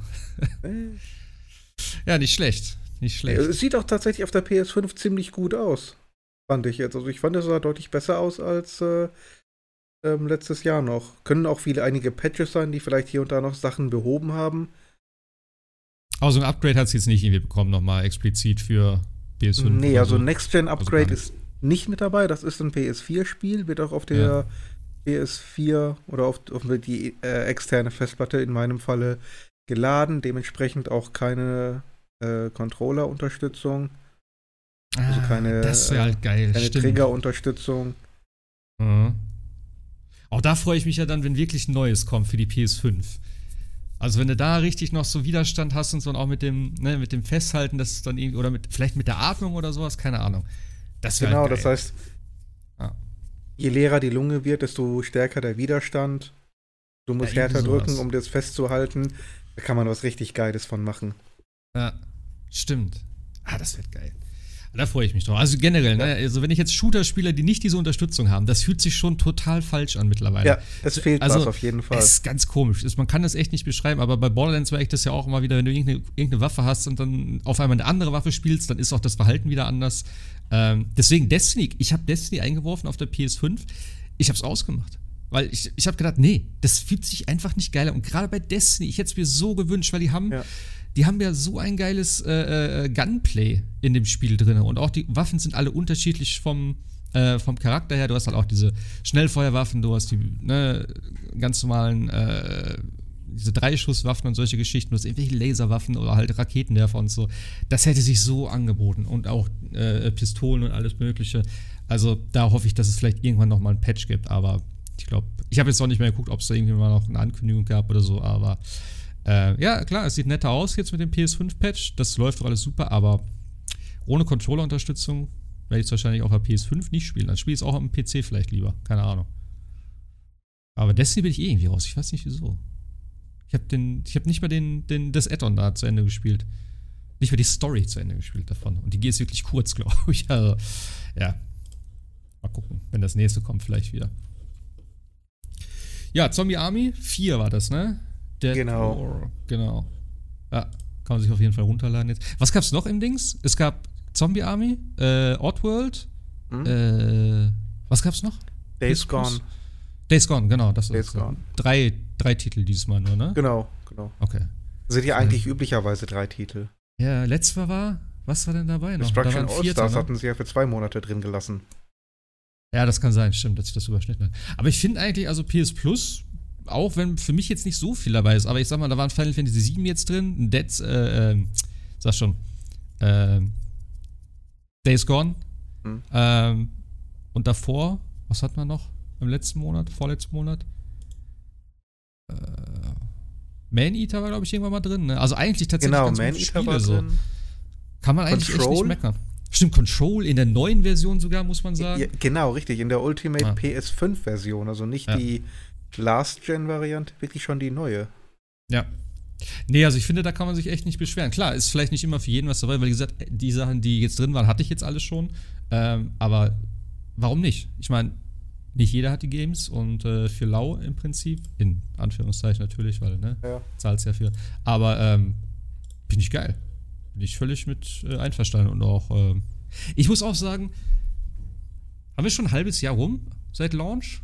Ja, nicht schlecht. Nicht schlecht. Es sieht auch tatsächlich auf der PS5 ziemlich gut aus. Fand ich jetzt. Also ich fand, es sah deutlich besser aus als letztes Jahr noch. Können auch einige Patches sein, die vielleicht hier und da noch Sachen behoben haben. Aber so ein Upgrade hat es jetzt nicht irgendwie bekommen, nochmal explizit für PS5. Nee, also ein Next-Gen-Upgrade ist nicht mit dabei. Das ist ein PS4-Spiel, wird auch auf der PS4 oder auf die externe Festplatte in meinem Falle geladen. Dementsprechend auch keine Controller-Unterstützung. Also keine, das wäre halt geil. Keine Trigger-Unterstützung. Mhm. Auch da freue ich mich ja dann, wenn wirklich Neues kommt für die PS5. Also wenn du da richtig noch so Widerstand hast und so und auch mit dem Festhalten, das ist dann irgendwie, oder vielleicht mit der Atmung oder sowas, keine Ahnung. Das wäre halt geil. Das heißt, je leerer die Lunge wird, desto stärker der Widerstand. Du musst härter drücken, um das festzuhalten. Da kann man was richtig Geiles von machen. Ja, stimmt. Das wird geil. Da freue ich mich drauf. Also generell, ne? Also wenn ich jetzt Shooter spiele, die nicht diese Unterstützung haben, das fühlt sich schon total falsch an mittlerweile. Ja, es fehlt was auf jeden Fall. Es ist ganz komisch. Man kann das echt nicht beschreiben, aber bei Borderlands war ich das ja auch immer wieder, wenn du irgendeine Waffe hast und dann auf einmal eine andere Waffe spielst, dann ist auch das Verhalten wieder anders. Deswegen Destiny, ich habe Destiny eingeworfen auf der PS5, ich habe es ausgemacht. Weil ich habe gedacht, nee, das fühlt sich einfach nicht geil an. Und gerade bei Destiny, ich hätte es mir so gewünscht, weil die haben ja so ein geiles Gunplay in dem Spiel drin. Und auch die Waffen sind alle unterschiedlich vom Charakter her. Du hast halt auch diese Schnellfeuerwaffen, du hast die ganz normalen diese Dreischusswaffen und solche Geschichten. Du hast irgendwelche Laserwaffen oder halt Raketenwerfer und so. Das hätte sich so angeboten. Und auch Pistolen und alles Mögliche. Also da hoffe ich, dass es vielleicht irgendwann nochmal ein Patch gibt. Aber ich glaube, ich habe jetzt auch nicht mehr geguckt, ob es da irgendwie mal noch eine Ankündigung gab oder so. Aber ja, klar, es sieht netter aus jetzt mit dem PS5-Patch. Das läuft doch alles super, aber ohne Controller-Unterstützung werde ich es wahrscheinlich auf der PS5 nicht spielen. Dann spiele ich es auch am PC vielleicht lieber. Keine Ahnung. Aber Destiny bin ich irgendwie raus. Ich weiß nicht wieso. Ich habe nicht mal das Add-on da zu Ende gespielt. Nicht mal die Story zu Ende gespielt davon. Und die ist wirklich kurz, glaube ich. Also, ja. Mal gucken, wenn das nächste kommt, vielleicht wieder. Ja, Zombie Army 4 war das, ne? Genau. Genau. Ja, kann man sich auf jeden Fall runterladen jetzt. Was gab's noch im Dings? Es gab Zombie Army, Oddworld, was gab's noch? Days Gone. Days Gone, genau. Das Days ist Gone. Drei Titel dieses Mal nur, ne? Genau. Okay. Das sind ja eigentlich üblicherweise 3 Titel. Ja, letzter was war denn dabei noch? Destruction All-Stars hatten sie ja für 2 Monate drin gelassen. Ja, das kann sein, stimmt, dass ich das überschnitten habe. Aber ich finde eigentlich, also PS Plus, auch wenn für mich jetzt nicht so viel dabei ist, aber ich sag mal, da waren Final Fantasy VII jetzt drin, Days Gone. Und davor, was hatten wir noch im vorletzten Monat? Man-Eater war, glaube ich, irgendwann mal drin, ne? Also eigentlich tatsächlich ganz gute Spiele war so. Drin. Kann man eigentlich echt nicht meckern. Stimmt, Control in der neuen Version sogar, muss man sagen. Ja, genau, richtig, in der Ultimate PS5-Version, also nicht die Last-Gen-Variante, wirklich schon die neue. Ja. Nee, also ich finde, da kann man sich echt nicht beschweren. Klar, ist vielleicht nicht immer für jeden was dabei, weil wie gesagt, die Sachen, die jetzt drin waren, hatte ich jetzt alle schon. Aber warum nicht? Ich meine, nicht jeder hat die Games und für lau im Prinzip, in Anführungszeichen natürlich, weil, ne, zahlt's ja für. Aber bin ich geil. Bin ich völlig mit einverstanden und auch, ich muss auch sagen, haben wir schon ein halbes Jahr rum seit Launch?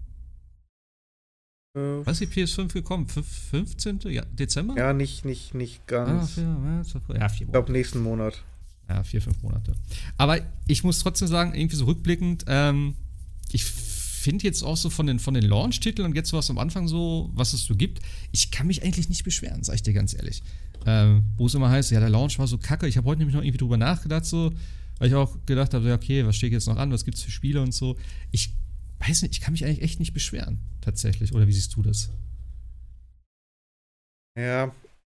Wann ist die PS5 gekommen? 15. Ja, Dezember? Ja, nicht ganz. Ja, 4 Monate. Ich glaube, nächsten Monat. Ja, 4-5 Monate. Aber ich muss trotzdem sagen, irgendwie so rückblickend, ich finde jetzt auch so von den Launch-Titeln und jetzt was am Anfang so, was es so gibt, ich kann mich eigentlich nicht beschweren, sag ich dir ganz ehrlich. Wo es immer heißt, ja, der Launch war so kacke. Ich habe heute nämlich noch irgendwie drüber nachgedacht, so, weil ich auch gedacht habe, ja, okay, was steht jetzt noch an, was gibt's für Spiele und so. Ich weiß nicht, ich kann mich eigentlich echt nicht beschweren, tatsächlich. Oder wie siehst du das? Ja.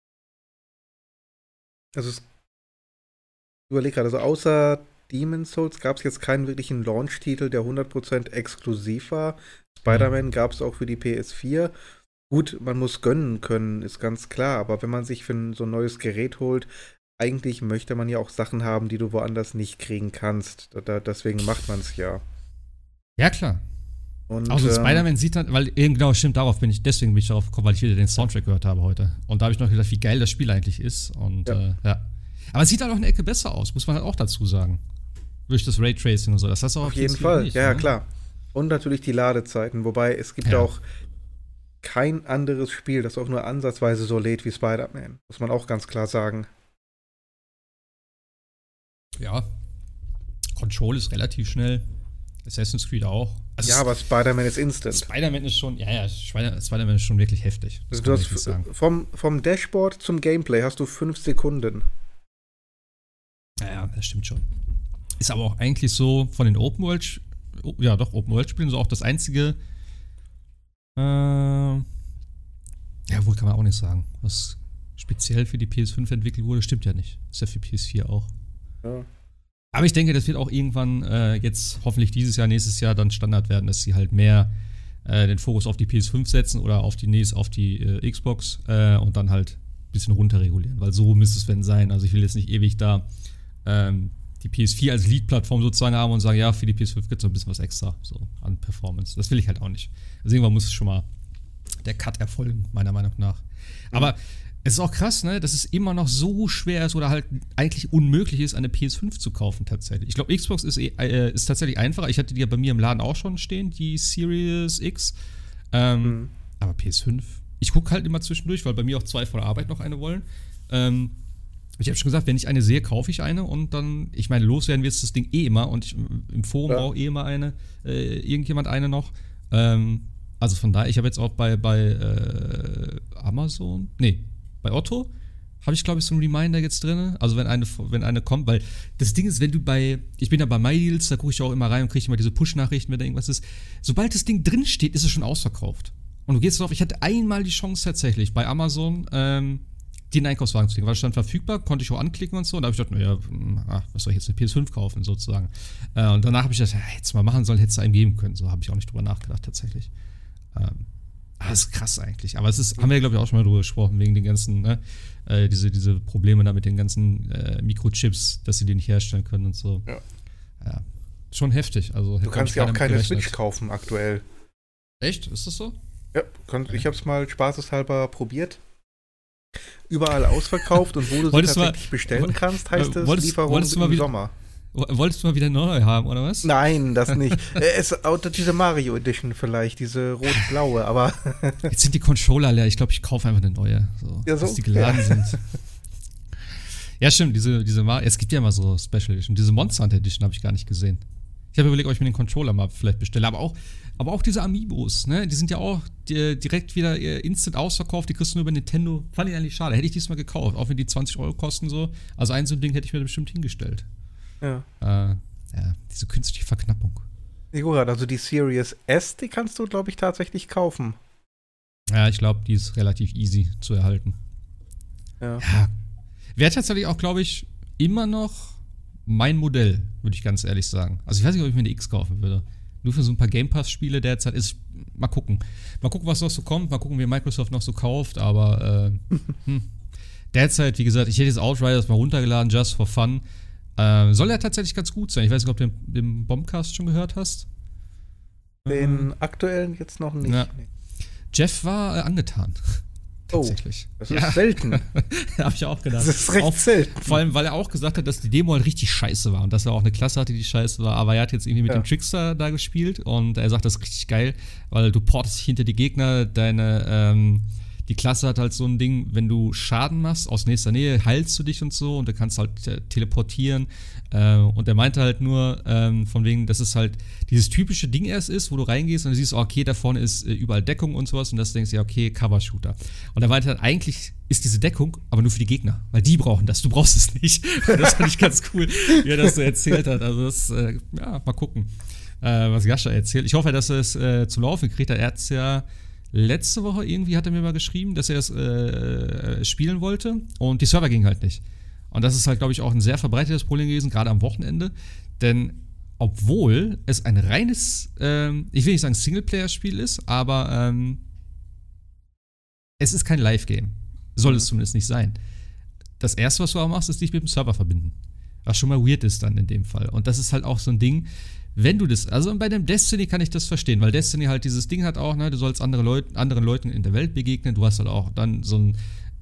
Also, ich überlege gerade, also außer Demon's Souls gab es jetzt keinen wirklichen Launch-Titel, der 100% exklusiv war. Spider-Man gab es auch für die PS4. Gut, man muss gönnen können, ist ganz klar, aber wenn man sich für so ein neues Gerät holt, eigentlich möchte man ja auch Sachen haben, die du woanders nicht kriegen kannst. Deswegen macht man es ja. Ja, klar. Und, also Spider-Man sieht dann, weil genau, stimmt, deswegen bin ich darauf gekommen, weil ich wieder den Soundtrack gehört habe heute. Und da habe ich noch gedacht, wie geil das Spiel eigentlich ist. Und ja. Aber es sieht halt auch eine Ecke besser aus, muss man halt auch dazu sagen. Durch das Raytracing und so. Das hast du auch auf jeden Fall, nicht, ja, ne? Klar. Und natürlich die Ladezeiten, wobei es gibt auch kein anderes Spiel, das auch nur ansatzweise so lädt wie Spider-Man. Muss man auch ganz klar sagen. Ja. Control ist relativ schnell. Assassin's Creed auch. Also ja, aber Spider-Man ist instant. Spider-Man ist schon, Spider-Man ist schon wirklich heftig. Also du hast vom Dashboard zum Gameplay hast du 5 Sekunden. Ja, das stimmt schon. Ist aber auch eigentlich so von den Open-World-Spielen so auch das einzige, ja, wohl kann man auch nicht sagen, was speziell für die PS5 entwickelt wurde, stimmt ja nicht. Ist ja für PS4 auch. Ja. Aber ich denke, das wird auch irgendwann jetzt hoffentlich dieses Jahr, nächstes Jahr dann Standard werden, dass sie halt mehr den Fokus auf die PS5 setzen oder auf die Xbox und dann halt ein bisschen runterregulieren, weil so müsste es sein. Also ich will jetzt nicht ewig da die PS4 als Lead-Plattform sozusagen haben und sagen, ja, für die PS5 gibt es noch ein bisschen was extra so an Performance. Das will ich halt auch nicht. Also irgendwann muss schon mal der Cut erfolgen, meiner Meinung nach. Aber es ist auch krass, ne, dass es immer noch so schwer ist oder halt eigentlich unmöglich ist, eine PS5 zu kaufen tatsächlich. Ich glaube, Xbox ist tatsächlich einfacher. Ich hatte die ja bei mir im Laden auch schon stehen, die Series X. Aber PS5, ich gucke halt immer zwischendurch, weil bei mir auch 2 von der Arbeit noch eine wollen. Ich habe schon gesagt, wenn ich eine sehe, kaufe ich eine und dann, ich meine, loswerden wird das Ding immer und im Forum braucht immer irgendjemand eine noch. Also von daher, ich habe jetzt auch bei Amazon, bei Otto habe ich, glaube ich, so einen Reminder jetzt drin. Also wenn eine kommt, weil das Ding ist, ich bin ja bei MyDeals, da gucke ich auch immer rein und kriege immer diese Push-Nachrichten, wenn da irgendwas ist. Sobald das Ding drin steht, ist es schon ausverkauft. Und du gehst drauf, ich hatte einmal die Chance tatsächlich bei Amazon, den Einkaufswagen zu kriegen, weil es stand verfügbar, konnte ich auch anklicken und so. Und da habe ich gedacht, naja, was soll ich jetzt eine PS5 kaufen, sozusagen. Und danach habe ich gedacht, hätte es mal machen sollen, hätte es einem geben können. So habe ich auch nicht drüber nachgedacht, tatsächlich. Das ist krass eigentlich. Aber haben wir ja, glaube ich, auch schon mal drüber gesprochen, wegen den ganzen, ne, diese Probleme da mit den ganzen Mikrochips, dass sie die nicht herstellen können und so. Ja. Schon heftig. Also, du kannst ja auch keine Switch kaufen aktuell. Echt? Ist das so? Ja, ich habe es mal spaßeshalber probiert. Überall ausverkauft und wo du sie tatsächlich bestellen kannst, heißt es Lieferung im Sommer. Wolltest du mal wieder neu haben, oder was? Nein, das nicht. Diese Mario Edition vielleicht, diese rot-blaue, aber jetzt sind die Controller leer. Ich glaube, ich kaufe einfach eine neue, dass die geladen sind. Ja, stimmt, diese Mario, es gibt ja immer so Special Edition. Diese Monster Hunter Edition habe ich gar nicht gesehen. Ich habe überlegt, ob ich mir den Controller mal vielleicht bestelle, aber auch diese Amiibos, ne, die sind ja auch direkt wieder instant ausverkauft, die kriegst du nur über Nintendo. Fand ich eigentlich schade, hätte ich diesmal gekauft, auch wenn die 20 € kosten so. Also ein so ein Ding hätte ich mir bestimmt hingestellt. Ja. Diese künstliche Verknappung. Also die Series S, die kannst du, glaube ich, tatsächlich kaufen. Ja, ich glaube, die ist relativ easy zu erhalten. Ja. Wäre tatsächlich auch, glaube ich, immer noch mein Modell, würde ich ganz ehrlich sagen. Also ich weiß nicht, ob ich mir eine X kaufen würde. Nur für so ein paar Game Pass-Spiele derzeit ist, mal gucken. Mal gucken, was noch so kommt, mal gucken, wie Microsoft noch so kauft, aber derzeit, wie gesagt, ich hätte jetzt Outriders mal runtergeladen, just for fun. Soll ja tatsächlich ganz gut sein. Ich weiß nicht, ob du den Bombcast schon gehört hast. Den aktuellen jetzt noch nicht. Ja. Jeff war angetan. Tatsächlich. Das ist selten. Habe ich auch gedacht. Das ist recht selten. Vor allem, weil er auch gesagt hat, dass die Demo halt richtig scheiße war und dass er auch eine Klasse hatte, die scheiße war. Aber er hat jetzt irgendwie mit dem Trickster da gespielt und er sagt, das ist richtig geil, weil du portest dich hinter die Gegner, die Klasse hat halt so ein Ding, wenn du Schaden machst aus nächster Nähe, heilst du dich und so und du kannst halt teleportieren. Und er meinte halt nur, von wegen, dass es halt dieses typische Ding erst ist, wo du reingehst und du siehst, okay, da vorne ist überall Deckung und sowas und das denkst du, ja, okay, Cover-Shooter. Und er meinte halt, eigentlich ist diese Deckung aber nur für die Gegner, weil die brauchen das, du brauchst es nicht. Und das fand ich ganz cool, wie er das so erzählt hat. Also das, ja, mal gucken, was Jascha erzählt. Ich hoffe, dass er es zum Laufen kriegt. Er hat es ja letzte Woche irgendwie, hat er mir mal geschrieben, dass er es spielen wollte und die Server gingen halt nicht. Und das ist halt, glaube ich, auch ein sehr verbreitetes Problem gewesen, gerade am Wochenende. Denn obwohl es ein reines, ich will nicht sagen Singleplayer-Spiel ist, aber es ist kein Live-Game. Soll es zumindest nicht sein. Das Erste, was du auch machst, ist dich mit dem Server verbinden. Was schon mal weird ist dann in dem Fall. Und das ist halt auch so ein Ding, wenn du das, also bei dem Destiny kann ich das verstehen, weil Destiny halt dieses Ding hat auch, ne, du sollst anderen Leuten in der Welt begegnen, du hast halt auch dann so einen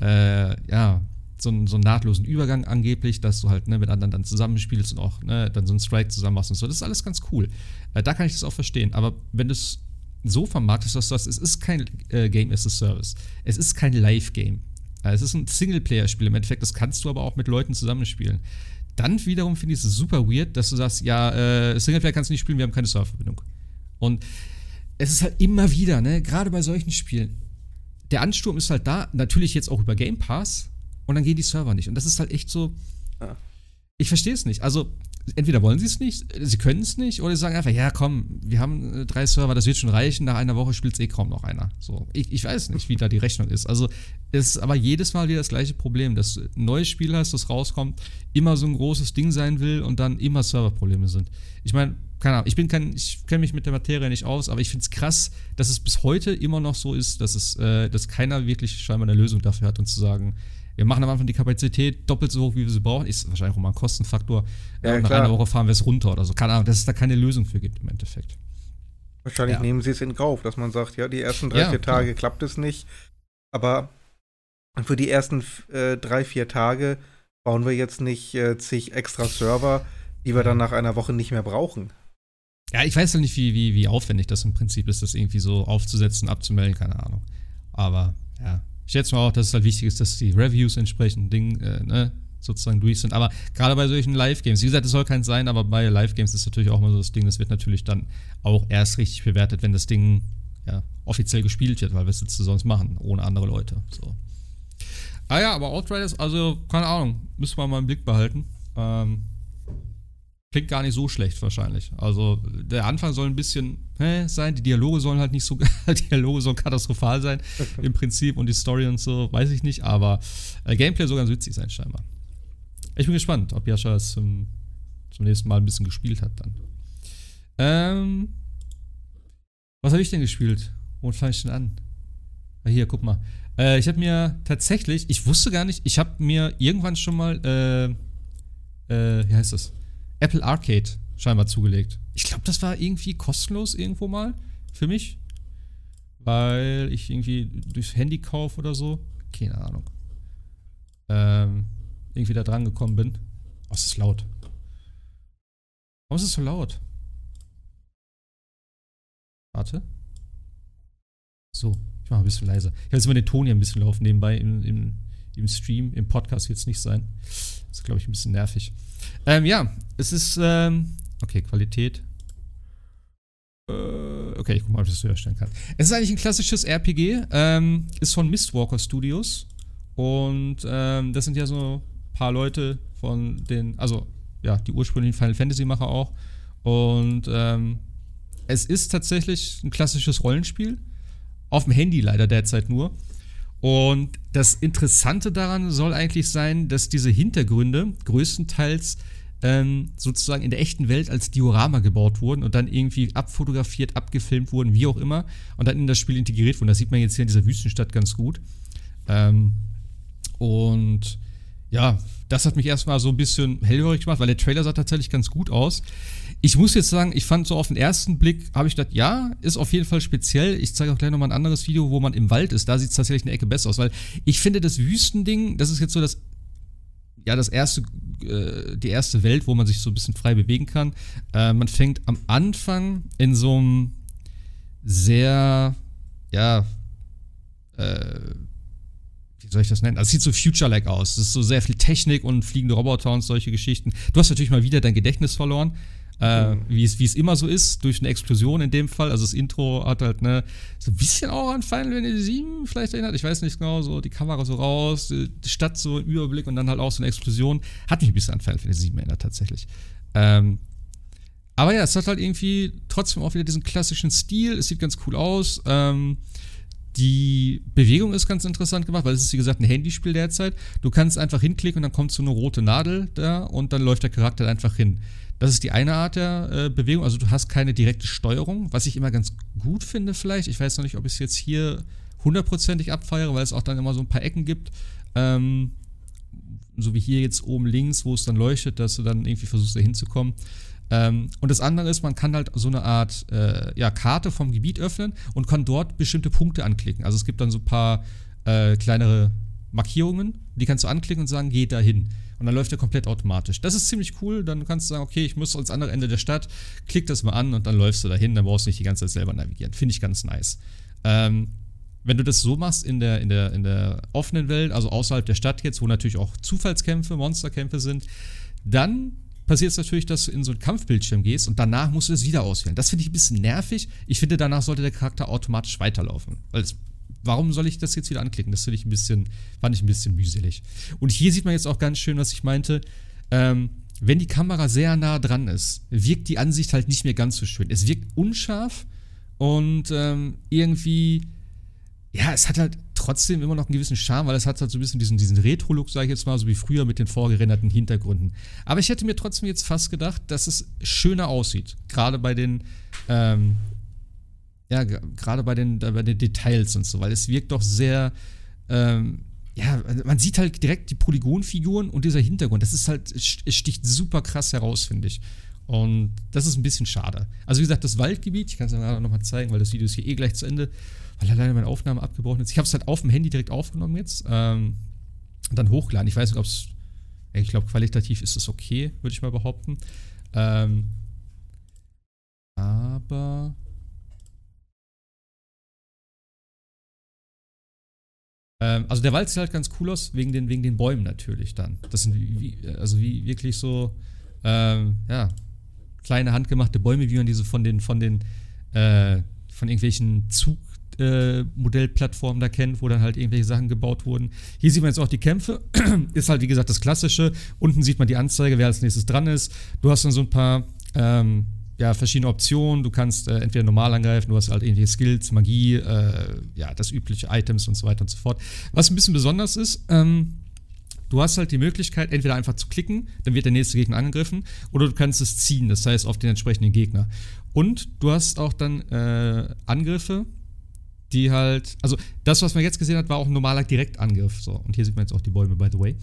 nahtlosen Übergang angeblich, dass du halt mit anderen dann zusammenspielst und auch dann so einen Strike zusammen machst und so, das ist alles ganz cool. Da kann ich das auch verstehen, aber wenn du es so vermarktest, dass du sagst, es ist kein Game as a Service, es ist kein Live-Game, es ist ein Singleplayer-Spiel im Endeffekt, das kannst du aber auch mit Leuten zusammenspielen. Dann wiederum finde ich es super weird, dass du sagst, ja, Singleplayer kannst du nicht spielen, wir haben keine Serververbindung. Und es ist halt immer wieder, gerade bei solchen Spielen, der Ansturm ist halt da, natürlich jetzt auch über Game Pass, und dann gehen die Server nicht. Und das ist halt echt so, ich verstehe es nicht. Also, entweder wollen sie es nicht, sie können es nicht, oder sie sagen einfach, ja komm, wir haben 3 Server, das wird schon reichen, nach einer Woche spielt es kaum noch einer. So, ich weiß nicht, wie da die Rechnung ist. Also, es ist aber jedes Mal wieder das gleiche Problem, dass du ein neues Spiel hast, das rauskommt, immer so ein großes Ding sein will und dann immer Serverprobleme sind. Ich meine, keine Ahnung, ich kenne mich mit der Materie nicht aus, aber ich finde es krass, dass es bis heute immer noch so ist, dass keiner wirklich scheinbar eine Lösung dafür hat und zu sagen, wir machen am Anfang die Kapazität doppelt so hoch, wie wir sie brauchen. Ist wahrscheinlich auch mal ein Kostenfaktor. Ja, nach einer Woche fahren wir es runter oder so. Keine Ahnung, dass es da keine Lösung für gibt im Endeffekt. Wahrscheinlich nehmen sie es in Kauf, dass man sagt, ja, die ersten 3-4 Tage klappt es nicht. Aber für die ersten 3-4 Tage bauen wir jetzt nicht zig extra Server, die wir dann nach einer Woche nicht mehr brauchen. Ja, ich weiß ja nicht, wie aufwendig das im Prinzip ist, das irgendwie so aufzusetzen, abzumelden, keine Ahnung. Aber, ja. Ich schätze mal auch, dass es halt wichtig ist, dass die Reviews entsprechend sozusagen durch sind. Aber gerade bei solchen Live-Games, wie gesagt, es soll keins sein, aber bei Live-Games ist natürlich auch mal so das Ding, das wird natürlich dann auch erst richtig bewertet, wenn das Ding offiziell gespielt wird, weil wir es jetzt sonst machen, ohne andere Leute. So. Aber Outriders, also, keine Ahnung, müssen wir mal im Blick behalten. Klingt gar nicht so schlecht wahrscheinlich. Also der Anfang soll ein bisschen sein, die Dialoge sollen halt nicht so, die Dialoge sollen katastrophal sein im Prinzip und die Story und so, weiß ich nicht, aber Gameplay soll ganz witzig sein scheinbar. Ich bin gespannt, ob Jascha es zum nächsten Mal ein bisschen gespielt hat dann. Was habe ich denn gespielt? Womit fange ich denn an? Hier, guck mal. Ich habe mir tatsächlich, ich wusste gar nicht, ich habe mir irgendwann schon mal, wie heißt das? Apple Arcade scheinbar zugelegt. Ich glaube, das war irgendwie kostenlos irgendwo mal für mich. Weil ich irgendwie durchs Handy kaufe oder so. Keine Ahnung. Irgendwie da dran gekommen bin. Oh, es ist laut. Warum ist es so laut? Warte. So, ich mache ein bisschen leiser. Ich habe jetzt immer den Ton hier ein bisschen laufen nebenbei im Stream, im Podcast jetzt nicht sein. Das ist, glaube ich, ein bisschen nervig. Es ist, okay, Qualität. Okay, ich guck mal, ob ich das höher stellen kann. Es ist eigentlich ein klassisches RPG, ist von Mistwalker Studios und das sind ja so ein paar Leute von den, also ja, die ursprünglichen Final Fantasy Macher auch und es ist tatsächlich ein klassisches Rollenspiel, auf dem Handy leider derzeit nur. Und das Interessante daran soll eigentlich sein, dass diese Hintergründe größtenteils sozusagen in der echten Welt als Diorama gebaut wurden und dann irgendwie abfotografiert, abgefilmt wurden, wie auch immer, und dann in das Spiel integriert wurden. Das sieht man jetzt hier in dieser Wüstenstadt ganz gut. Und ja, das hat mich erstmal so ein bisschen hellhörig gemacht, weil der Trailer sah tatsächlich ganz gut aus. Ich muss jetzt sagen, ich fand so auf den ersten Blick, habe ich gedacht, ja, ist auf jeden Fall speziell. Ich zeige auch gleich nochmal ein anderes Video, wo man im Wald ist. Da sieht es tatsächlich eine Ecke besser aus, weil ich finde, das Wüstending, das ist jetzt so das erste, die erste Welt, wo man sich so ein bisschen frei bewegen kann. Man fängt am Anfang in so einem sehr, wie soll ich das nennen? Also es sieht so Future-like aus. Es ist so sehr viel Technik und fliegende Roboter und solche Geschichten. Du hast natürlich mal wieder dein Gedächtnis verloren, wie es immer so ist, durch eine Explosion in dem Fall. Also das Intro hat halt so ein bisschen auch an Final Fantasy 7 vielleicht erinnert. Ich weiß nicht genau, so die Kamera so raus, die Stadt so im Überblick und dann halt auch so eine Explosion. Hat mich ein bisschen an Final Fantasy 7 erinnert tatsächlich. Aber ja, es hat halt irgendwie trotzdem auch wieder diesen klassischen Stil. Es sieht ganz cool aus. Die Bewegung ist ganz interessant gemacht, weil es ist, wie gesagt, ein Handyspiel derzeit. Du kannst einfach hinklicken und dann kommt so eine rote Nadel da und dann läuft der Charakter einfach hin. Das ist die eine Art der Bewegung, also du hast keine direkte Steuerung, was ich immer ganz gut finde vielleicht. Ich weiß noch nicht, ob ich es jetzt hier hundertprozentig abfeiere, weil es auch dann immer so ein paar Ecken gibt, so wie hier jetzt oben links, wo es dann leuchtet, dass du dann irgendwie versuchst, da hinzukommen. Und das andere ist, man kann halt so eine Art Karte vom Gebiet öffnen und kann dort bestimmte Punkte anklicken. Also es gibt dann so ein paar kleinere Markierungen, die kannst du anklicken und sagen, geh da hin. Und dann läuft der komplett automatisch. Das ist ziemlich cool, dann kannst du sagen, okay, ich muss ans andere Ende der Stadt, klick das mal an und dann läufst du da hin, dann brauchst du nicht die ganze Zeit selber navigieren. Finde ich ganz nice. Wenn du das so machst in der offenen Welt, also außerhalb der Stadt jetzt, wo natürlich auch Zufallskämpfe, Monsterkämpfe sind, dann passiert es natürlich, dass du in so einen Kampfbildschirm gehst und danach musst du es wieder auswählen. Das finde ich ein bisschen nervig. Ich finde, danach sollte der Charakter automatisch weiterlaufen. Warum soll ich das jetzt wieder anklicken? Das fand ich ein bisschen mühselig. Und hier sieht man jetzt auch ganz schön, was ich meinte. Wenn die Kamera sehr nah dran ist, wirkt die Ansicht halt nicht mehr ganz so schön. Es wirkt unscharf und irgendwie, ja, es hat halt trotzdem immer noch einen gewissen Charme, weil es hat halt so ein bisschen diesen Retro-Look, sage ich jetzt mal, so wie früher mit den vorgerenderten Hintergründen. Aber ich hätte mir trotzdem jetzt fast gedacht, dass es schöner aussieht. Gerade bei den Details und so, weil es wirkt doch sehr, man sieht halt direkt die Polygonfiguren und dieser Hintergrund. Das ist halt, es sticht super krass heraus, finde ich. Und das ist ein bisschen schade. Also wie gesagt, das Waldgebiet, ich kann es ja nochmal zeigen, weil das Video ist hier gleich zu Ende, weil leider meine Aufnahme abgebrochen ist. Ich habe es halt auf dem Handy direkt aufgenommen jetzt und dann hochgeladen. Ich weiß nicht, ob es, ich glaube, qualitativ ist es okay, würde ich mal behaupten. Aber also der Wald sieht halt ganz cool aus, wegen den Bäumen natürlich dann. Das sind wie wirklich so, kleine handgemachte Bäume, wie man diese von irgendwelchen Zugmodellplattformen da kennt, wo dann halt irgendwelche Sachen gebaut wurden. Hier sieht man jetzt auch die Kämpfe. Ist halt, wie gesagt, das Klassische. Unten sieht man die Anzeige, wer als nächstes dran ist. Du hast dann so ein paar verschiedene Optionen. Du kannst entweder normal angreifen, du hast halt irgendwelche Skills, Magie, das übliche Items und so weiter und so fort. Was ein bisschen besonders ist, du hast halt die Möglichkeit, entweder einfach zu klicken, dann wird der nächste Gegner angegriffen, oder du kannst es ziehen, das heißt auf den entsprechenden Gegner. Und du hast auch dann Angriffe, die halt, also das, was man jetzt gesehen hat, war auch ein normaler Direktangriff. So, und hier sieht man jetzt auch die Bäume, by the way.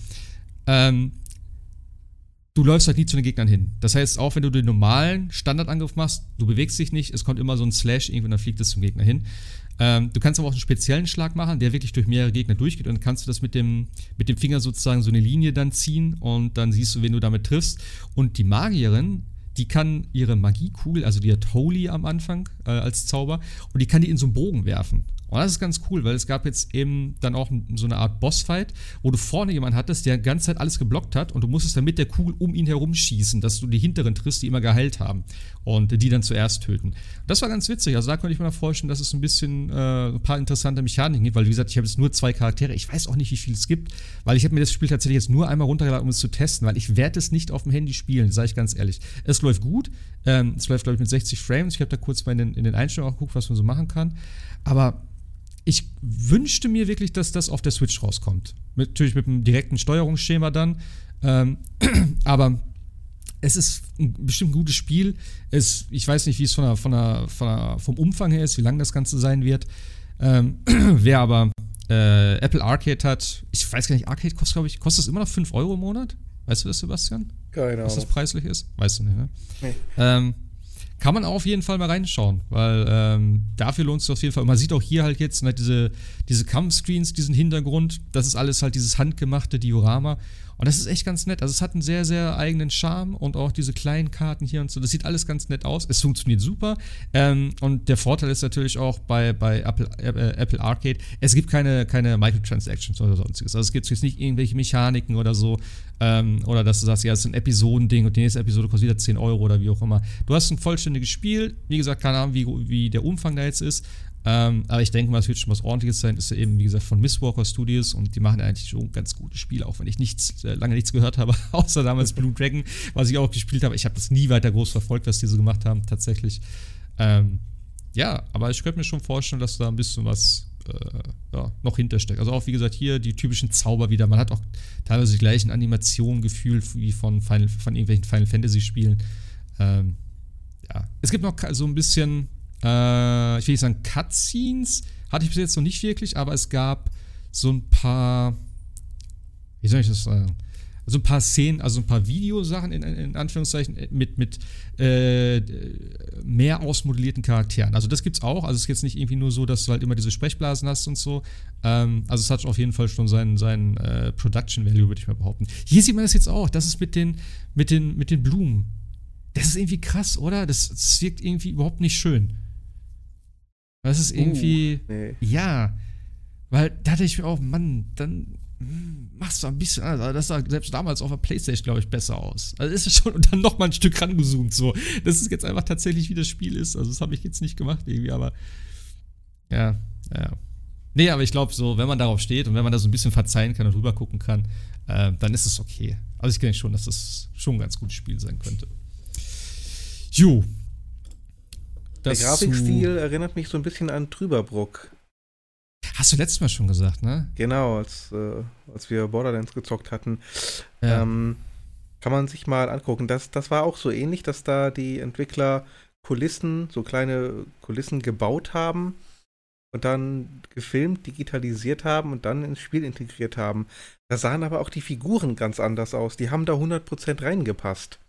Du läufst halt nie zu den Gegnern hin. Das heißt, auch wenn du den normalen Standardangriff machst, du bewegst dich nicht, es kommt immer so ein Slash, irgendwann dann fliegt es zum Gegner hin. Du kannst aber auch einen speziellen Schlag machen, der wirklich durch mehrere Gegner durchgeht, und dann kannst du das mit dem Finger sozusagen so eine Linie dann ziehen und dann siehst du, wen du damit triffst. Und die Magierin, die kann ihre Magiekugel, also die hat Holy am Anfang als Zauber, und die kann die in so einen Bogen werfen. Und das ist ganz cool, weil es gab jetzt eben dann auch so eine Art Bossfight, wo du vorne jemanden hattest, der die ganze Zeit alles geblockt hat, und du musstest dann mit der Kugel um ihn herum schießen, dass du die hinteren triffst, die immer geheilt haben, und die dann zuerst töten. Das war ganz witzig, also da konnte ich mir vorstellen, dass es ein bisschen ein paar interessante Mechaniken gibt, weil wie gesagt, ich habe jetzt nur 2 Charaktere, ich weiß auch nicht, wie viel es gibt, weil ich habe mir das Spiel tatsächlich jetzt nur einmal runtergeladen, um es zu testen, weil ich werde es nicht auf dem Handy spielen, sage ich ganz ehrlich. Es läuft gut, es läuft, glaube ich, mit 60 Frames, ich habe da kurz mal in den Einstellungen auch geguckt, was man so machen kann, aber ich wünschte mir wirklich, dass das auf der Switch rauskommt. Natürlich mit einem direkten Steuerungsschema dann. Aber es ist bestimmt ein gutes Spiel. Ich weiß nicht, wie es vom Umfang her ist, wie lang das Ganze sein wird. Wer aber Apple Arcade hat, ich weiß gar nicht, Arcade kostet das immer noch 5 € im Monat? Weißt du das, Sebastian? Keine Ahnung. Was das preislich ist? Weißt du nicht, ne? Nee. Kann man auf jeden Fall mal reinschauen, weil dafür lohnt es auf jeden Fall. Und man sieht auch hier halt jetzt diese Kampfscreens, diesen Hintergrund, das ist alles halt dieses handgemachte Diorama. Und das ist echt ganz nett. Also es hat einen sehr, sehr eigenen Charme und auch diese kleinen Karten hier und so. Das sieht alles ganz nett aus. Es funktioniert super. Und der Vorteil ist natürlich auch bei Apple Arcade, es gibt keine Microtransactions oder sonstiges. Also es gibt jetzt nicht irgendwelche Mechaniken oder so. Oder dass du sagst, ja, es ist ein Episodending und die nächste Episode kostet wieder 10 € oder wie auch immer. Du hast ein vollständiges Spiel. Wie gesagt, keine Ahnung, wie der Umfang da jetzt ist. Aber ich denke mal, es wird schon was Ordentliches sein. Ist ja eben, wie gesagt, von Mistwalker Studios und die machen ja eigentlich schon ganz gute Spiele, auch wenn ich lange nichts gehört habe, außer damals Blue Dragon, was ich auch gespielt habe. Ich habe das nie weiter groß verfolgt, was die so gemacht haben, tatsächlich. Ja, aber ich könnte mir schon vorstellen, dass da ein bisschen was noch hintersteckt. Also auch, wie gesagt, hier die typischen Zauber wieder. Man hat auch teilweise die gleichen Animationen gefühlt wie von irgendwelchen Final Fantasy Spielen. Ja. Es gibt noch so ein bisschen ich will nicht sagen Cutscenes, hatte ich bis jetzt noch nicht wirklich, aber es gab so ein paar, wie soll ich das sagen, so ein paar Szenen, also ein paar Videosachen in Anführungszeichen mit mehr ausmodellierten Charakteren. Also das gibt's auch, also es ist jetzt nicht irgendwie nur so, dass du halt immer diese Sprechblasen hast und so. Also es hat auf jeden Fall schon seinen Production Value, würde ich mal behaupten. Hier sieht man das jetzt auch, das ist mit den Blumen. Das ist irgendwie krass, oder? Das wirkt irgendwie überhaupt nicht schön. Das ist irgendwie, nee. Ja, weil da dachte ich mir auch, Mann, dann machst du ein bisschen anders. Also das sah selbst damals auf der Playstation, glaube ich, besser aus. Also ist es schon, und dann nochmal ein Stück rangezoomt, so. Das ist jetzt einfach tatsächlich, wie das Spiel ist. Also das habe ich jetzt nicht gemacht irgendwie, aber ja. Nee, aber ich glaube so, wenn man darauf steht und wenn man da so ein bisschen verzeihen kann und rüber gucken kann, dann ist es okay. Also ich denke schon, dass das schon ein ganz gutes Spiel sein könnte. Jo. Der Grafikstil erinnert mich so ein bisschen an Trüberbrook. Hast du letztes Mal schon gesagt, ne? Genau, als wir Borderlands gezockt hatten. Ja. Kann man sich mal angucken. Das war auch so ähnlich, dass da die Entwickler so kleine Kulissen gebaut haben und dann gefilmt, digitalisiert haben und dann ins Spiel integriert haben. Da sahen aber auch die Figuren ganz anders aus. Die haben da 100% reingepasst.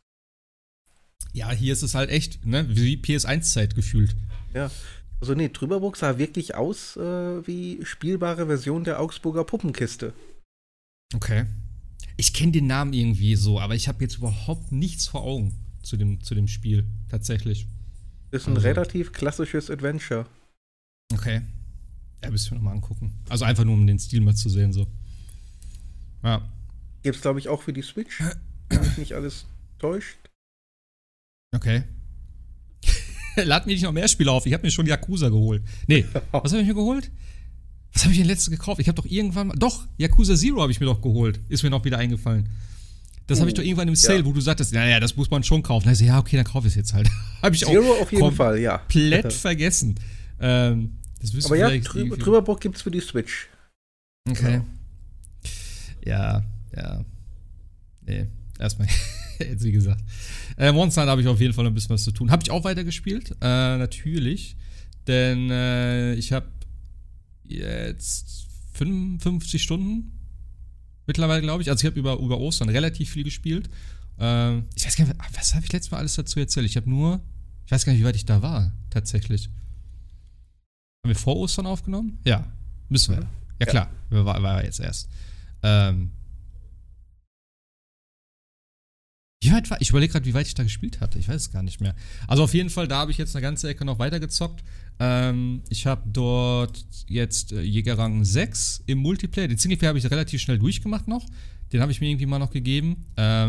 Ja, hier ist es halt echt, ne, wie PS1-Zeit gefühlt. Ja, also nee, Trüberbrook sah wirklich aus wie spielbare Version der Augsburger Puppenkiste. Okay. Ich kenne den Namen irgendwie so, aber ich habe jetzt überhaupt nichts vor Augen zu dem Spiel, tatsächlich. Ist ein relativ klassisches Adventure. Okay. Ja, müssen wir nochmal angucken. Also einfach nur, um den Stil mal zu sehen, so. Ja. Gibt's, glaube ich, auch für die Switch, wenn mich nicht alles täuscht. Okay. Lad mir nicht noch mehr Spiele auf. Ich habe mir schon Yakuza geholt. Nee, was habe ich mir geholt? Was habe ich denn letztes gekauft? Ich habe doch irgendwann mal. Doch, Yakuza Zero habe ich mir doch geholt. Ist mir noch wieder eingefallen. Das habe ich doch irgendwann im Sale, wo du sagtest, naja, das muss man schon kaufen. Da ich so, ja, okay, dann kaufe ich es jetzt halt. Habe ich Zero auch auf jeden Fall, ja. Komplett vergessen. Das aber ja, Trüberbrook gibt's für die Switch. Okay. Genau. Ja. Nee, erstmal. Jetzt wie gesagt. Monster habe ich auf jeden Fall ein bisschen was zu tun. Habe ich auch weitergespielt, natürlich. Denn ich habe jetzt 55 Stunden mittlerweile, glaube ich. Also ich habe über Ostern relativ viel gespielt. Ich weiß gar nicht, was habe ich letztes Mal alles dazu erzählt? Ich weiß gar nicht, wie weit ich da war, tatsächlich. Haben wir vor Ostern aufgenommen? Ja, müssen wir. Ja klar, war jetzt erst. Wie weit war ich? Überlege gerade, wie weit ich da gespielt hatte. Ich weiß es gar nicht mehr. Also auf jeden Fall, da habe ich jetzt eine ganze Ecke noch weitergezockt. Ich habe dort jetzt Jägerrang 6 im Multiplayer. Den Singleplayer habe ich relativ schnell durchgemacht noch. Den habe ich mir irgendwie mal noch gegeben.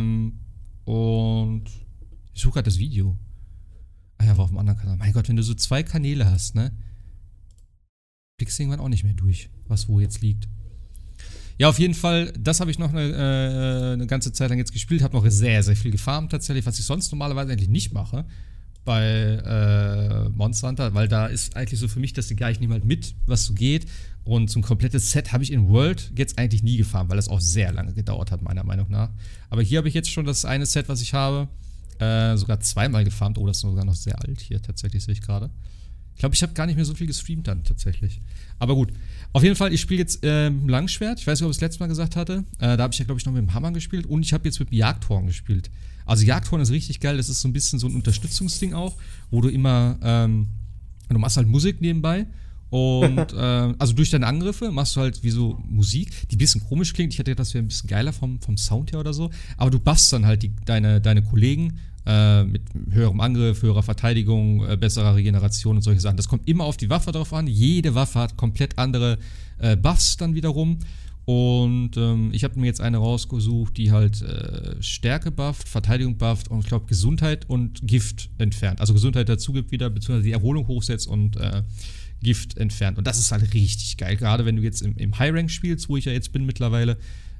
Und ich suche gerade das Video. Ah ja, war auf dem anderen Kanal. Mein Gott, wenn du so 2 Kanäle hast, ne? Blickst du irgendwann auch nicht mehr durch, was wo jetzt liegt. Ja, auf jeden Fall, das habe ich noch eine ganze Zeit lang jetzt gespielt. Habe noch sehr, sehr viel gefarmt tatsächlich, was ich sonst normalerweise eigentlich nicht mache bei Monster Hunter, weil da ist eigentlich so für mich, dass die gar nicht halt mit, was so geht. Und so ein komplettes Set habe ich in World jetzt eigentlich nie gefarmt, weil das auch sehr lange gedauert hat, meiner Meinung nach. Aber hier habe ich jetzt schon das eine Set, was ich habe. sogar zweimal gefarmt. Oh, das ist sogar noch sehr alt hier, tatsächlich, sehe ich gerade. Ich glaube, ich habe gar nicht mehr so viel gestreamt dann, tatsächlich. Aber gut. Auf jeden Fall, ich spiele jetzt Langschwert. Ich weiß nicht, ob ich das letzte Mal gesagt hatte. Da habe ich ja, glaube ich, noch mit dem Hammer gespielt. Und ich habe jetzt mit dem Jagdhorn gespielt. Also Jagdhorn ist richtig geil. Das ist so ein bisschen so ein Unterstützungsding auch, wo du immer, du machst halt Musik nebenbei. Und also durch deine Angriffe machst du halt wie so Musik, die ein bisschen komisch klingt. Ich hätte gedacht, das wäre ein bisschen geiler vom Sound her oder so. Aber du buffst dann halt deine Kollegen mit höherem Angriff, höherer Verteidigung, besserer Regeneration und solche Sachen. Das kommt immer auf die Waffe drauf an. Jede Waffe hat komplett andere Buffs dann wiederum. Und ich habe mir jetzt eine rausgesucht, die halt Stärke bufft, Verteidigung bufft und ich glaube Gesundheit und Gift entfernt. Also Gesundheit dazu gibt wieder, beziehungsweise die Erholung hochsetzt und Gift entfernt. Und das ist halt richtig geil. Gerade wenn du jetzt im High-Rank spielst, wo ich ja jetzt bin mittlerweile,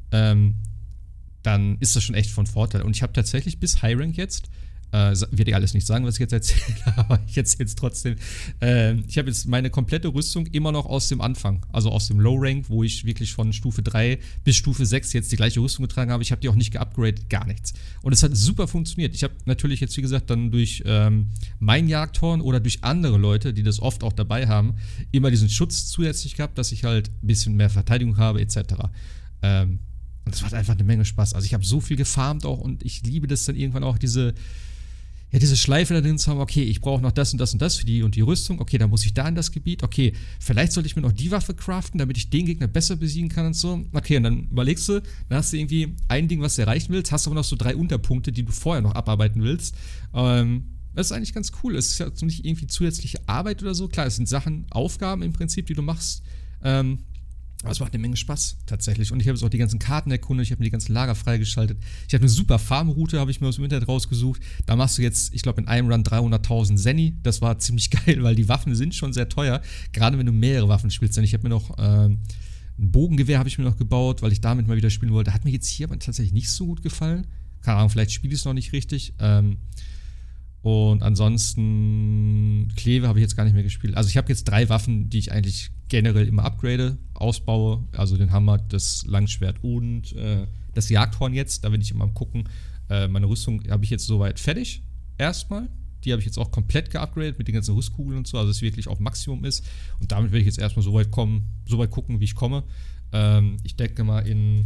dann ist das schon echt von Vorteil. Und ich habe tatsächlich bis High-Rank jetzt, wird dir alles nicht sagen, was ich jetzt erzähle, aber ich erzähle es trotzdem. Ich habe jetzt meine komplette Rüstung immer noch aus dem Anfang, also aus dem Low-Rank, wo ich wirklich von Stufe 3 bis Stufe 6 jetzt die gleiche Rüstung getragen habe. Ich habe die auch nicht geupgradet, gar nichts. Und es hat super funktioniert. Ich habe natürlich jetzt, wie gesagt, dann durch mein Jagdhorn oder durch andere Leute, die das oft auch dabei haben, immer diesen Schutz zusätzlich gehabt, dass ich halt ein bisschen mehr Verteidigung habe, etc. Und das macht einfach eine Menge Spaß. Also ich habe so viel gefarmt auch und ich liebe das dann irgendwann auch, diese Schleife da drin zu haben, okay, ich brauche noch das und das und das für die und die Rüstung, okay, dann muss ich da in das Gebiet, okay, vielleicht sollte ich mir noch die Waffe craften, damit ich den Gegner besser besiegen kann und so. Okay, und dann überlegst du, dann hast du irgendwie ein Ding, was du erreichen willst, hast aber noch so 3 Unterpunkte, die du vorher noch abarbeiten willst. Das ist eigentlich ganz cool. Es ist ja nicht irgendwie zusätzliche Arbeit oder so. Klar, es sind Sachen, Aufgaben im Prinzip, die du machst. Aber es macht eine Menge Spaß, tatsächlich. Und ich habe jetzt auch die ganzen Karten erkundet, ich habe mir die ganzen Lager freigeschaltet. Ich habe eine super Farmroute, habe ich mir aus dem Internet rausgesucht. Da machst du jetzt, ich glaube, in einem Run 300.000 Zenny. Das war ziemlich geil, weil die Waffen sind schon sehr teuer. Gerade wenn du mehrere Waffen spielst. Denn ich habe mir noch ein Bogengewehr habe ich mir noch gebaut, weil ich damit mal wieder spielen wollte. Hat mir jetzt hier aber tatsächlich nicht so gut gefallen. Keine Ahnung, vielleicht spiele ich es noch nicht richtig. Und ansonsten Kleve habe ich jetzt gar nicht mehr gespielt. Also ich habe jetzt 3 Waffen, die ich eigentlich generell immer upgrade, ausbaue. Also den Hammer, das Langschwert und das Jagdhorn jetzt. Da bin ich immer am gucken. Meine Rüstung habe ich jetzt soweit fertig. Erstmal. Die habe ich jetzt auch komplett geupgradet mit den ganzen Rüstkugeln und so. Also dass es wirklich auf Maximum ist. Und damit werde ich jetzt erstmal so weit gucken, wie ich komme. Ich denke mal in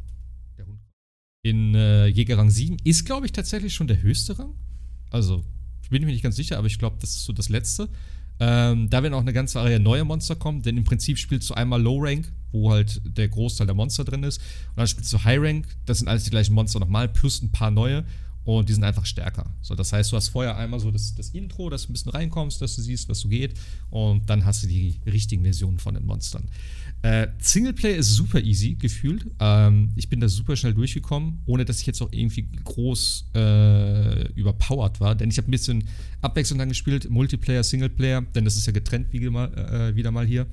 Jägerrang 7 ist, glaube ich, tatsächlich schon der höchste Rang. Also, ich bin mir nicht ganz sicher, aber ich glaube, das ist so das Letzte. Da werden auch eine ganze Reihe neue Monster kommen, denn im Prinzip spielst du einmal Low Rank, wo halt der Großteil der Monster drin ist, und dann spielst du High Rank, das sind alles die gleichen Monster nochmal, plus ein paar neue, und die sind einfach stärker. So, das heißt, du hast vorher einmal so das Intro, dass du ein bisschen reinkommst, dass du siehst, was so geht, und dann hast du die richtigen Versionen von den Monstern. Singleplayer ist super easy, gefühlt. Ich bin da super schnell durchgekommen, ohne dass ich jetzt auch irgendwie groß überpowered war. Denn ich habe ein bisschen Abwechslung dann gespielt, Multiplayer, Singleplayer, denn das ist ja getrennt wieder mal hier.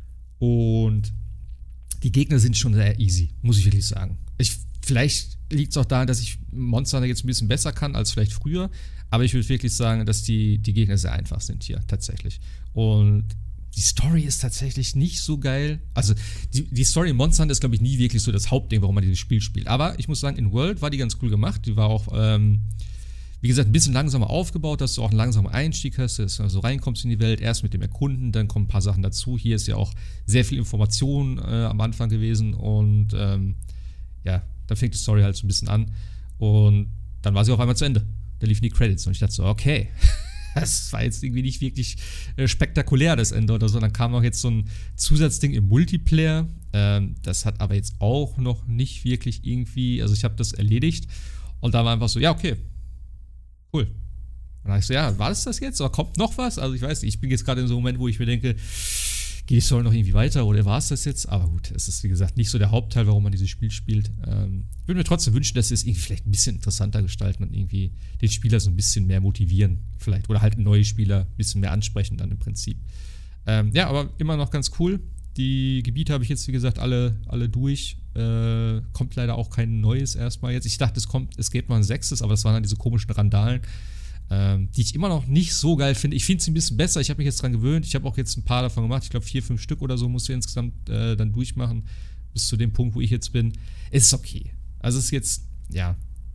Und die Gegner sind schon sehr easy, muss ich wirklich sagen. Vielleicht liegt es auch daran, dass ich Monster jetzt ein bisschen besser kann als vielleicht früher, aber ich würde wirklich sagen, dass die Gegner sehr einfach sind hier, tatsächlich. Und die Story ist tatsächlich nicht so geil. Also die Story in Monster Hunter ist, glaube ich, nie wirklich so das Hauptding, warum man dieses Spiel spielt. Aber ich muss sagen, in World war die ganz cool gemacht. Die war auch, wie gesagt, ein bisschen langsamer aufgebaut, dass du auch einen langsamen Einstieg hast, dass du so reinkommst in die Welt, erst mit dem Erkunden, dann kommen ein paar Sachen dazu. Hier ist ja auch sehr viel Information am Anfang gewesen und ja, dann fängt die Story halt so ein bisschen an und dann war sie auf einmal zu Ende. Da liefen die Credits und ich dachte so, okay, das war jetzt irgendwie nicht wirklich spektakulär, das Ende oder so. Dann kam auch jetzt so ein Zusatzding im Multiplayer. Das hat aber jetzt auch noch nicht wirklich irgendwie, also ich habe das erledigt und da war einfach so, ja, okay, cool. Und dann dachte ich so, ja, war das jetzt? Oder kommt noch was? Also ich weiß nicht, ich bin jetzt gerade in so einem Moment, wo ich mir denke, geht die Story noch irgendwie weiter oder war es das jetzt? Aber gut, es ist wie gesagt nicht so der Hauptteil, warum man dieses Spiel spielt. Ich würde mir trotzdem wünschen, dass sie es irgendwie vielleicht ein bisschen interessanter gestalten und irgendwie den Spieler so ein bisschen mehr motivieren vielleicht. Oder halt neue Spieler ein bisschen mehr ansprechen dann im Prinzip. Ja, aber immer noch ganz cool. Die Gebiete habe ich jetzt, wie gesagt, alle durch. Kommt leider auch kein neues erstmal jetzt. Ich dachte, es gäbe noch ein 6., aber das waren dann diese komischen Randalen, die ich immer noch nicht so geil finde. Ich finde es ein bisschen besser, ich habe mich jetzt dran gewöhnt. Ich habe auch jetzt ein paar davon gemacht. Ich glaube 4, 5 Stück oder so musst du insgesamt dann durchmachen, bis zu dem Punkt, wo ich jetzt bin. Es ist okay. Also es ist jetzt, ja,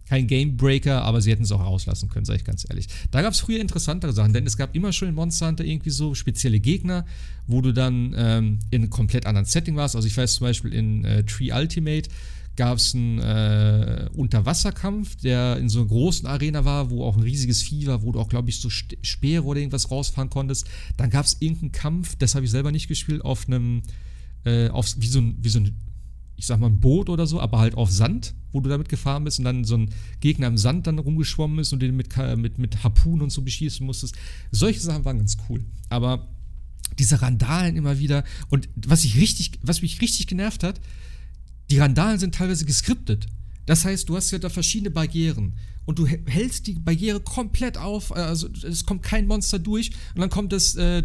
kein Gamebreaker, aber sie hätten es auch rauslassen können, sage ich ganz ehrlich. Da gab es früher interessantere Sachen, denn es gab immer schon in Monster Hunter irgendwie so spezielle Gegner, wo du dann in einem komplett anderen Setting warst. Also ich weiß zum Beispiel in Tree Ultimate gab es einen Unterwasserkampf, der in so einer großen Arena war, wo auch ein riesiges Vieh war, wo du auch, glaube ich, so Speere oder irgendwas rausfahren konntest. Dann gab es irgendeinen Kampf, das habe ich selber nicht gespielt, auf einem, wie so ein, ich sag mal, ein Boot oder so, aber halt auf Sand, wo du damit gefahren bist und dann so ein Gegner im Sand dann rumgeschwommen ist und den mit Harpunen und so beschießen musstest. Solche Sachen waren ganz cool. Aber diese Randalen immer wieder und was mich richtig genervt hat, die Randalen sind teilweise geskriptet. Das heißt, du hast ja da verschiedene Barrieren und du hältst die Barriere komplett auf, also es kommt kein Monster durch und dann kommt der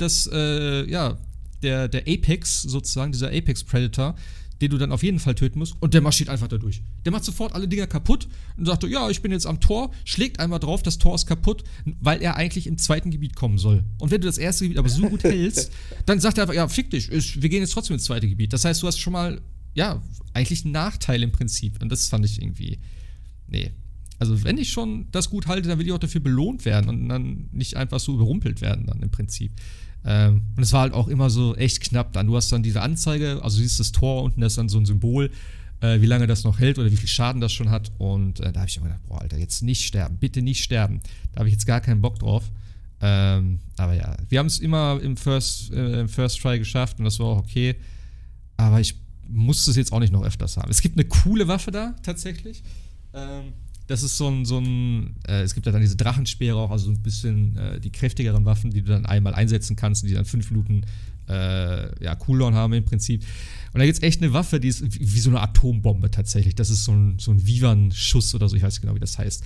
Apex sozusagen, dieser Apex Predator, den du dann auf jeden Fall töten musst und der marschiert einfach da durch. Der macht sofort alle Dinger kaputt und sagt, ja, ich bin jetzt am Tor, schlägt einmal drauf, das Tor ist kaputt, weil er eigentlich im zweiten Gebiet kommen soll. Und wenn du das erste Gebiet aber so gut hältst, dann sagt er einfach, ja, fick dich, wir gehen jetzt trotzdem ins zweite Gebiet. Das heißt, du hast schon mal eigentlich ein Nachteil im Prinzip. Und das fand ich irgendwie, nee. Also wenn ich schon das gut halte, dann will ich auch dafür belohnt werden und dann nicht einfach so überrumpelt werden dann im Prinzip. Und es war halt auch immer so echt knapp dann. Du hast dann diese Anzeige, also du siehst das Tor unten, das ist dann so ein Symbol, wie lange das noch hält oder wie viel Schaden das schon hat. Und da habe ich immer gedacht, boah, Alter, jetzt nicht sterben, bitte nicht sterben. Da habe ich jetzt gar keinen Bock drauf. Aber ja, wir haben es immer im First Try geschafft und das war auch okay. Aber ich musste es jetzt auch nicht noch öfters haben. Es gibt eine coole Waffe da, tatsächlich. Das ist so ein es gibt ja dann diese Drachenspeere auch, also so ein bisschen die kräftigeren Waffen, die du dann einmal einsetzen kannst und die dann 5 Minuten Cooldown haben im Prinzip. Und da gibt es echt eine Waffe, die ist wie so eine Atombombe tatsächlich. Das ist so ein Vivan-Schuss oder so, ich weiß nicht genau, wie das heißt.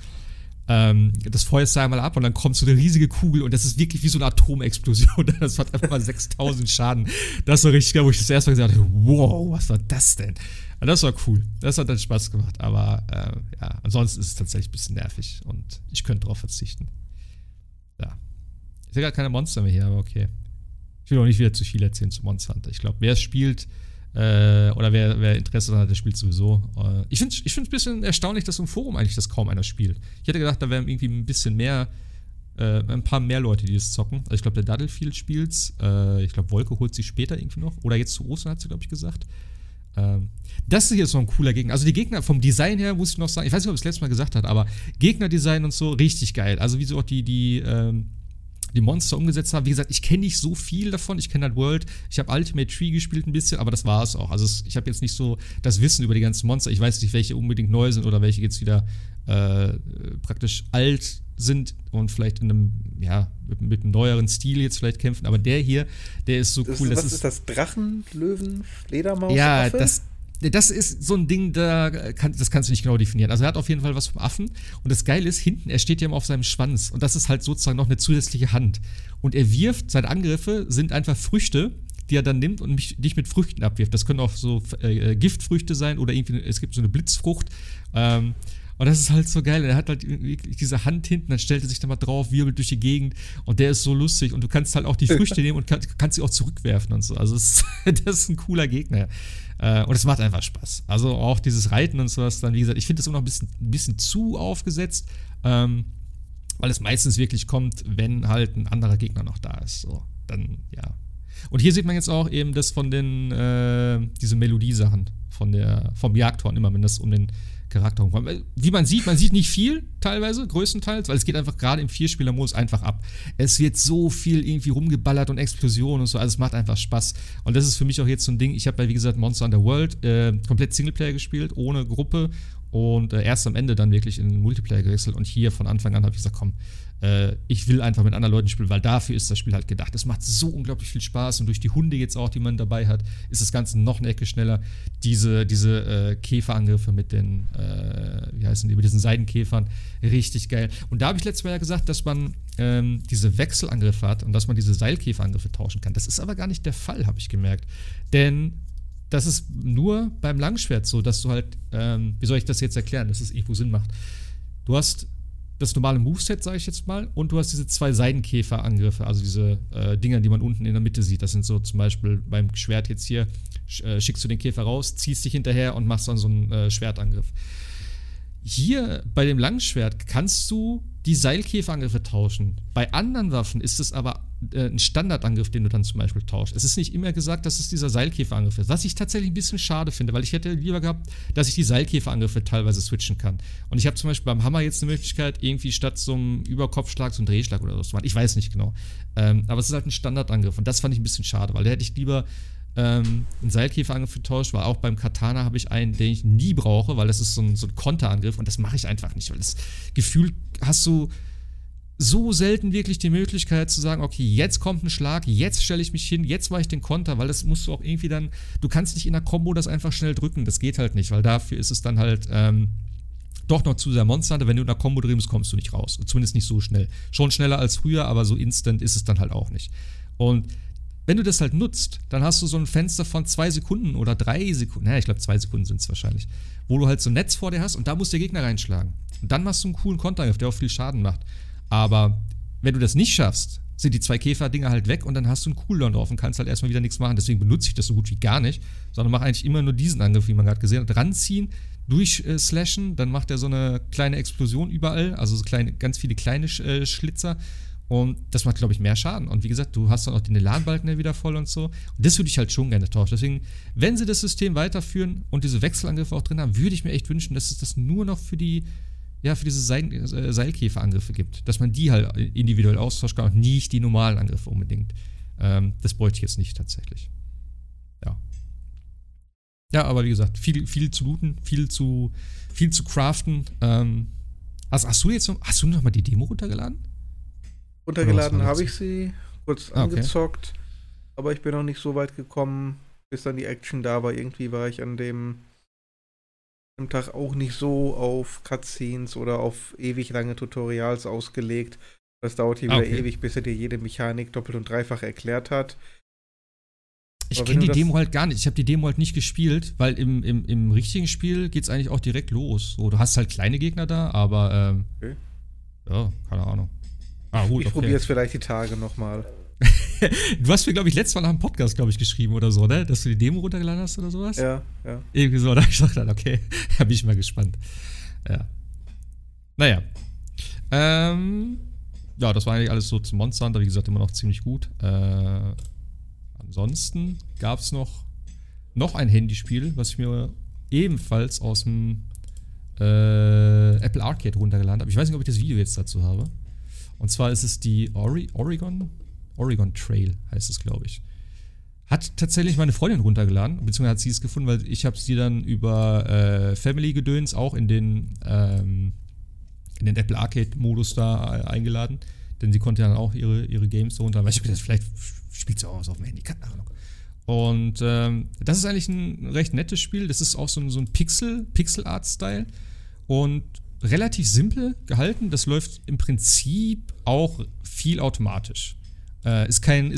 Das feuerst du einmal ab und dann kommt so eine riesige Kugel und das ist wirklich wie so eine Atomexplosion. Das hat einfach mal 6000 Schaden. Das war richtig geil, wo ich das erste Mal gesagt habe, wow, was war das denn? Und das war cool. Das hat dann Spaß gemacht. Aber ansonsten ist es tatsächlich ein bisschen nervig und ich könnte drauf verzichten. Ja. Ich sehe gerade keine Monster mehr hier, aber okay. Ich will auch nicht wieder zu viel erzählen zu Monster Hunter. Ich glaube, wer es spielt, oder wer Interesse daran hat, der spielt sowieso. Ich finde es ein bisschen erstaunlich, dass im Forum eigentlich das kaum einer spielt. Ich hätte gedacht, da wären irgendwie ein bisschen mehr, ein paar mehr Leute, die das zocken. Also ich glaube, der Daddlefield spielt's. Ich glaube, Wolke holt sich später irgendwie noch. Oder jetzt zu Ostern, hat sie, glaube ich, gesagt. Das ist hier so ein cooler Gegner. Also die Gegner vom Design her, muss ich noch sagen, ich weiß nicht, ob ich das letzte Mal gesagt habe, aber Gegnerdesign und so, richtig geil. Also wie so auch die Monster umgesetzt haben. Wie gesagt, ich kenne nicht so viel davon. Ich kenne halt World. Ich habe Ultimate Tree gespielt ein bisschen, aber das war es auch. Also ich habe jetzt nicht so das Wissen über die ganzen Monster. Ich weiß nicht, welche unbedingt neu sind oder welche jetzt wieder praktisch alt sind und vielleicht in einem, mit einem neueren Stil jetzt vielleicht kämpfen. Aber der hier, der ist so cool. Was ist das? Drachen, Löwen, Fledermaus? Ja, Affe? Das ist so ein Ding, das kannst du nicht genau definieren. Also er hat auf jeden Fall was vom Affen. Und das Geile ist, hinten, er steht ja immer auf seinem Schwanz. Und das ist halt sozusagen noch eine zusätzliche Hand. Und er wirft, seine Angriffe sind einfach Früchte, die er dann nimmt und dich mit Früchten abwirft. Das können auch so Giftfrüchte sein oder irgendwie, es gibt so eine Blitzfrucht. Und das ist halt so geil. Er hat halt wirklich diese Hand hinten, dann stellt er sich da mal drauf, wirbelt durch die Gegend und der ist so lustig. Und du kannst halt auch die Früchte nehmen und kannst sie auch zurückwerfen und so. Also das ist ein cooler Gegner. Und es macht einfach Spaß. Also auch dieses Reiten und sowas dann, wie gesagt, ich finde das immer noch ein bisschen zu aufgesetzt, weil es meistens wirklich kommt, wenn halt ein anderer Gegner noch da ist. So, dann, ja. Und hier sieht man jetzt auch eben das von diese Melodiesachen vom Jagdhorn immer, wenn das um den Charakter rumkommt. Wie man sieht nicht viel teilweise, größtenteils, weil es geht einfach gerade im Vierspieler-Modus einfach ab. Es wird so viel irgendwie rumgeballert und Explosionen und so, also es macht einfach Spaß. Und das ist für mich auch jetzt so ein Ding, ich habe wie gesagt, Monster Hunter World komplett Singleplayer gespielt, ohne Gruppe und erst am Ende dann wirklich in den Multiplayer gewechselt und hier von Anfang an habe ich gesagt, komm, ich will einfach mit anderen Leuten spielen, weil dafür ist das Spiel halt gedacht. Es macht so unglaublich viel Spaß und durch die Hunde jetzt auch, die man dabei hat, ist das Ganze noch eine Ecke schneller. Diese Käferangriffe mit den, mit diesen Seidenkäfern, richtig geil. Und da habe ich letztes Mal ja gesagt, dass man diese Wechselangriffe hat und dass man diese Seilkäferangriffe tauschen kann. Das ist aber gar nicht der Fall, habe ich gemerkt. Denn das ist nur beim Langschwert so, dass du halt, wie soll ich das jetzt erklären, dass es irgendwo Sinn macht. Du hast das normale Moveset, sage ich jetzt mal, und du hast diese 2 Seidenkäferangriffe, also diese Dinger, die man unten in der Mitte sieht. Das sind so zum Beispiel beim Schwert jetzt hier, schickst du den Käfer raus, ziehst dich hinterher und machst dann so einen Schwertangriff. hier bei dem Langschwert kannst du die Seilkäferangriffe tauschen. Bei anderen Waffen ist es aber ein Standardangriff, den du dann zum Beispiel tauschst. Es ist nicht immer gesagt, dass es dieser Seilkäferangriff ist. Was ich tatsächlich ein bisschen schade finde, weil ich hätte lieber gehabt, dass ich die Seilkäferangriffe teilweise switchen kann. Und ich habe zum Beispiel beim Hammer jetzt eine Möglichkeit, irgendwie statt so einem Überkopfschlag so einen Drehschlag oder so zu machen. Ich weiß nicht genau. Aber es ist halt ein Standardangriff und das fand ich ein bisschen schade, weil da hätte ich lieber einen Seilkäferangriff getauscht, weil auch beim Katana habe ich einen, den ich nie brauche, weil das ist so ein Konterangriff und das mache ich einfach nicht, weil das Gefühl hast du so selten wirklich die Möglichkeit zu sagen, okay, jetzt kommt ein Schlag, jetzt stelle ich mich hin, jetzt mache ich den Konter, weil das musst du auch irgendwie dann, du kannst nicht in der Kombo das einfach schnell drücken, das geht halt nicht, weil dafür ist es dann halt doch noch zu sehr Monster, wenn du in der Kombo drin bist, kommst du nicht raus, zumindest nicht so schnell. Schon schneller als früher, aber so instant ist es dann halt auch nicht. Und wenn du das halt nutzt, dann hast du so ein Fenster von 2 Sekunden oder 3 Sekunden, ich glaube 2 Sekunden sind es wahrscheinlich, wo du halt so ein Netz vor dir hast und da muss der Gegner reinschlagen. Und dann machst du einen coolen Konterangriff, der auch viel Schaden macht. Aber wenn du das nicht schaffst, sind die 2 Käfer-Dinger halt weg und dann hast du einen Cooldown drauf und kannst halt erstmal wieder nichts machen. Deswegen benutze ich das so gut wie gar nicht, sondern mache eigentlich immer nur diesen Angriff, wie man gerade gesehen hat. Ranziehen, durchslashen, dann macht er so eine kleine Explosion überall, also so ganz viele kleine Schlitzer. Und das macht, glaube ich, mehr Schaden. Und wie gesagt, du hast dann auch den Elanbalken ja wieder voll und so. Und das würde ich halt schon gerne tauschen. Deswegen, wenn sie das System weiterführen und diese Wechselangriffe auch drin haben, würde ich mir echt wünschen, dass es das nur noch für diese Seilkäferangriffe gibt. Dass man die halt individuell austauschen kann und nicht die normalen Angriffe unbedingt. Das bräuchte ich jetzt nicht tatsächlich. Ja. Ja, aber wie gesagt, viel zu looten, viel zu craften. Hast du noch mal die Demo runtergeladen? Runtergeladen habe ich sie, kurz angezockt, aber ich bin noch nicht so weit gekommen, bis dann die Action da war. Irgendwie war ich an dem Tag auch nicht so auf Cutscenes oder auf ewig lange Tutorials ausgelegt. Das dauert hier wieder ewig, bis er dir jede Mechanik doppelt und dreifach erklärt hat. Ich kenne die Demo halt gar nicht. Ich habe die Demo halt nicht gespielt, weil im richtigen Spiel geht es eigentlich auch direkt los. So, du hast halt kleine Gegner da, aber ja, keine Ahnung. Ich probiere es vielleicht die Tage nochmal. Du hast mir, glaube ich, letztes Mal nach dem Podcast, geschrieben oder so, ne? Dass du die Demo runtergeladen hast oder sowas? Ja. Irgendwie so, da habe ich gedacht, okay, da bin ich mal gespannt. Ja. Naja. Ja, das war eigentlich alles so zum Monster Hunter, wie gesagt, immer noch ziemlich gut. Ansonsten gab es noch ein Handyspiel, was ich mir ebenfalls aus dem Apple Arcade runtergeladen habe. Ich weiß nicht, ob ich das Video jetzt dazu habe. Und zwar ist es die Oregon Trail, heißt es, glaube ich. Hat tatsächlich meine Freundin runtergeladen, beziehungsweise hat sie es gefunden, weil ich habe sie dann über Family-Gedöns auch in den Apple Arcade-Modus da eingeladen. Denn sie konnte dann auch ihre Games so runterladen. Weil ich habe gedacht, vielleicht spielt sie auch was auf dem Handy, keine Ahnung. Und das ist eigentlich ein recht nettes Spiel. Das ist auch so ein Pixel-Art-Style. Und relativ simpel gehalten. Das läuft im Prinzip auch viel automatisch. Ist kein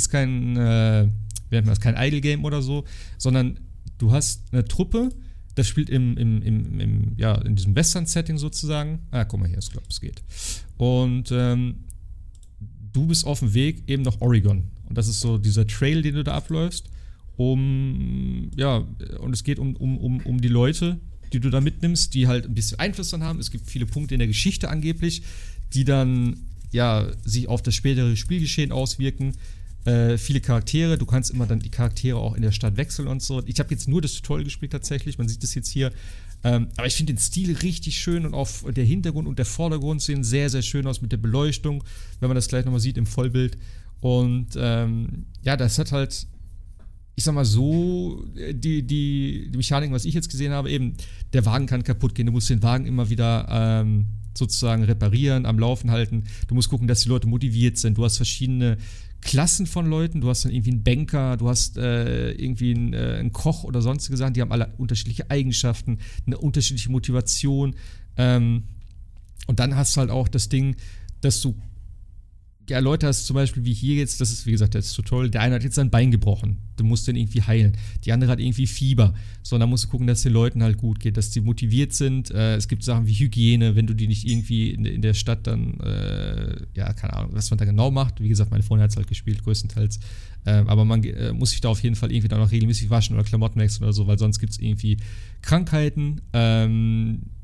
Idle Game oder so, sondern du hast eine Truppe, das spielt in diesem Western-Setting sozusagen. Guck mal hier, ich glaube, es geht. Und du bist auf dem Weg eben nach Oregon. Und das ist so dieser Trail, den du da abläufst. Und es geht um die Leute, die du da mitnimmst, die halt ein bisschen Einfluss dann haben. Es gibt viele Punkte in der Geschichte angeblich, die dann sich auf das spätere Spielgeschehen auswirken. Viele Charaktere, du kannst immer dann die Charaktere auch in der Stadt wechseln und so. Ich habe jetzt nur das Tutorial gespielt tatsächlich, man sieht das jetzt hier. Aber ich finde den Stil richtig schön und auch der Hintergrund und der Vordergrund sehen sehr, sehr schön aus mit der Beleuchtung, wenn man das gleich nochmal sieht im Vollbild. Und das hat halt, ich sag mal so, die Mechaniken, was ich jetzt gesehen habe, eben, der Wagen kann kaputt gehen, du musst den Wagen immer wieder sozusagen reparieren, am Laufen halten, du musst gucken, dass die Leute motiviert sind, du hast verschiedene Klassen von Leuten, du hast dann irgendwie einen Banker, du hast irgendwie einen Koch oder sonstige Sachen, die haben alle unterschiedliche Eigenschaften, eine unterschiedliche Motivation und dann hast du halt auch das Ding, dass du Leute hast zum Beispiel wie hier jetzt, das ist wie gesagt das Tutorial, der eine hat jetzt sein Bein gebrochen, du musst den irgendwie heilen, die andere hat irgendwie Fieber, so, dann musst du gucken, dass es den Leuten halt gut geht, dass die motiviert sind, es gibt Sachen wie Hygiene, wenn du die nicht irgendwie in der Stadt dann, keine Ahnung, was man da genau macht, wie gesagt, meine Freundin hat es halt gespielt, größtenteils, aber man muss sich da auf jeden Fall irgendwie dann auch regelmäßig waschen oder Klamotten wechseln oder so, weil sonst gibt es irgendwie Krankheiten,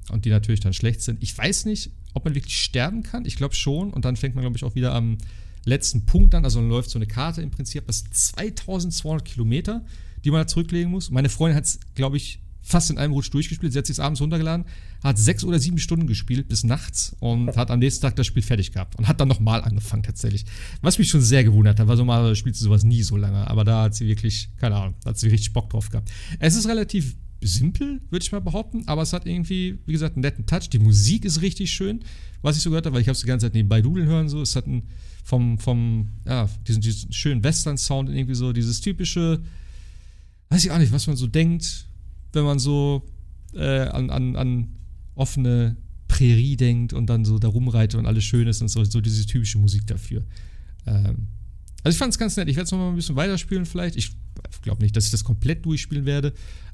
und die natürlich dann schlecht sind. Ich weiß nicht, ob man wirklich sterben kann. Ich glaube schon. Und dann fängt man, glaube ich, auch wieder am letzten Punkt an. Also dann läuft so eine Karte im Prinzip. Das sind 2200 Kilometer, die man da zurücklegen muss. Meine Freundin hat es, glaube ich, fast in einem Rutsch durchgespielt. Sie hat sich abends runtergeladen, hat 6 oder 7 Stunden gespielt bis nachts und hat am nächsten Tag das Spiel fertig gehabt und hat dann nochmal angefangen tatsächlich. Was mich schon sehr gewundert hat, weil normalerweise spielt sie sowas nie so lange, aber da hat sie wirklich, keine Ahnung, da hat sie richtig Bock drauf gehabt. Es ist relativ simpel, würde ich mal behaupten, aber es hat irgendwie, wie gesagt, einen netten Touch. Die Musik ist richtig schön, was ich so gehört habe, weil ich habe es die ganze Zeit nebenbei dudeln hören, so. Es hat einen, diesen schönen Western-Sound, irgendwie so dieses typische, weiß ich auch nicht, was man so denkt, wenn man so an offene Prärie denkt und dann so da rumreitet und alles schön ist und so diese typische Musik dafür. Also ich fand es ganz nett. Ich werde es nochmal ein bisschen weiterspielen vielleicht. Ich glaube nicht, dass ich das komplett durchspielen werde.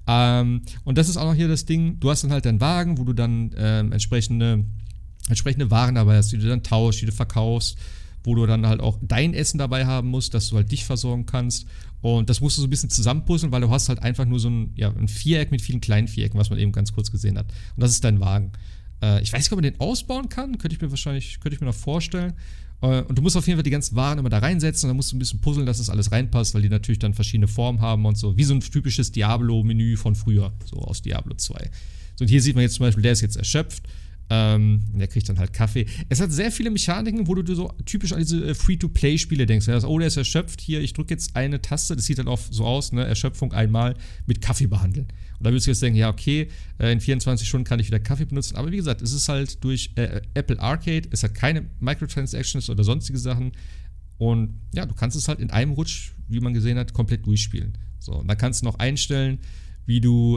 Und das ist auch noch hier das Ding, du hast dann halt deinen Wagen, wo du dann entsprechende Waren dabei hast, die du dann tauschst, die du verkaufst, wo du dann halt auch dein Essen dabei haben musst, dass du halt dich versorgen kannst. Und das musst du so ein bisschen zusammenpuzzeln, weil du hast halt einfach nur so ein Viereck mit vielen kleinen Vierecken, was man eben ganz kurz gesehen hat. Und das ist dein Wagen. Ich weiß nicht, ob man den ausbauen kann, könnte ich mir noch vorstellen. Und du musst auf jeden Fall die ganzen Waren immer da reinsetzen und dann musst du ein bisschen puzzeln, dass das alles reinpasst, weil die natürlich dann verschiedene Formen haben und so. Wie so ein typisches Diablo-Menü von früher, so aus Diablo 2. So, und hier sieht man jetzt zum Beispiel, der ist jetzt erschöpft. Der kriegt dann halt Kaffee. Es hat sehr viele Mechaniken, wo du so typisch an diese Free-to-Play-Spiele denkst. Der ist erschöpft. Hier, ich drücke jetzt eine Taste. Das sieht dann auch so aus, ne? Erschöpfung einmal mit Kaffee behandeln. Und da würdest du jetzt denken, ja, okay, in 24 Stunden kann ich wieder Kaffee benutzen. Aber wie gesagt, es ist halt durch Apple Arcade. Es hat keine Microtransactions oder sonstige Sachen. Und ja, du kannst es halt in einem Rutsch, wie man gesehen hat, komplett durchspielen. So, und dann kannst du noch einstellen, wie du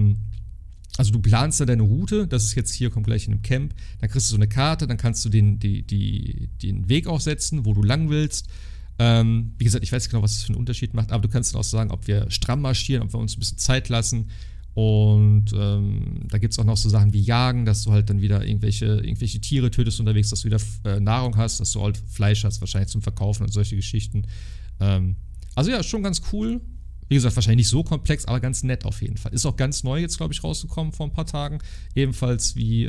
also du planst da deine Route, das ist jetzt hier, kommt gleich in einem Camp, dann kriegst du so eine Karte, dann kannst du den Weg aufsetzen, wo du lang willst. Wie gesagt, ich weiß nicht genau, was das für einen Unterschied macht, aber du kannst dann auch sagen, ob wir stramm marschieren, ob wir uns ein bisschen Zeit lassen. Und da gibt es auch noch so Sachen wie Jagen, dass du halt dann wieder irgendwelche Tiere tötest unterwegs, dass du wieder Nahrung hast, dass du halt Fleisch hast, wahrscheinlich zum Verkaufen und solche Geschichten. Also ja, schon ganz cool. Wie gesagt, wahrscheinlich nicht so komplex, aber ganz nett auf jeden Fall. Ist auch ganz neu jetzt, glaube ich, rausgekommen vor ein paar Tagen. Ebenfalls wie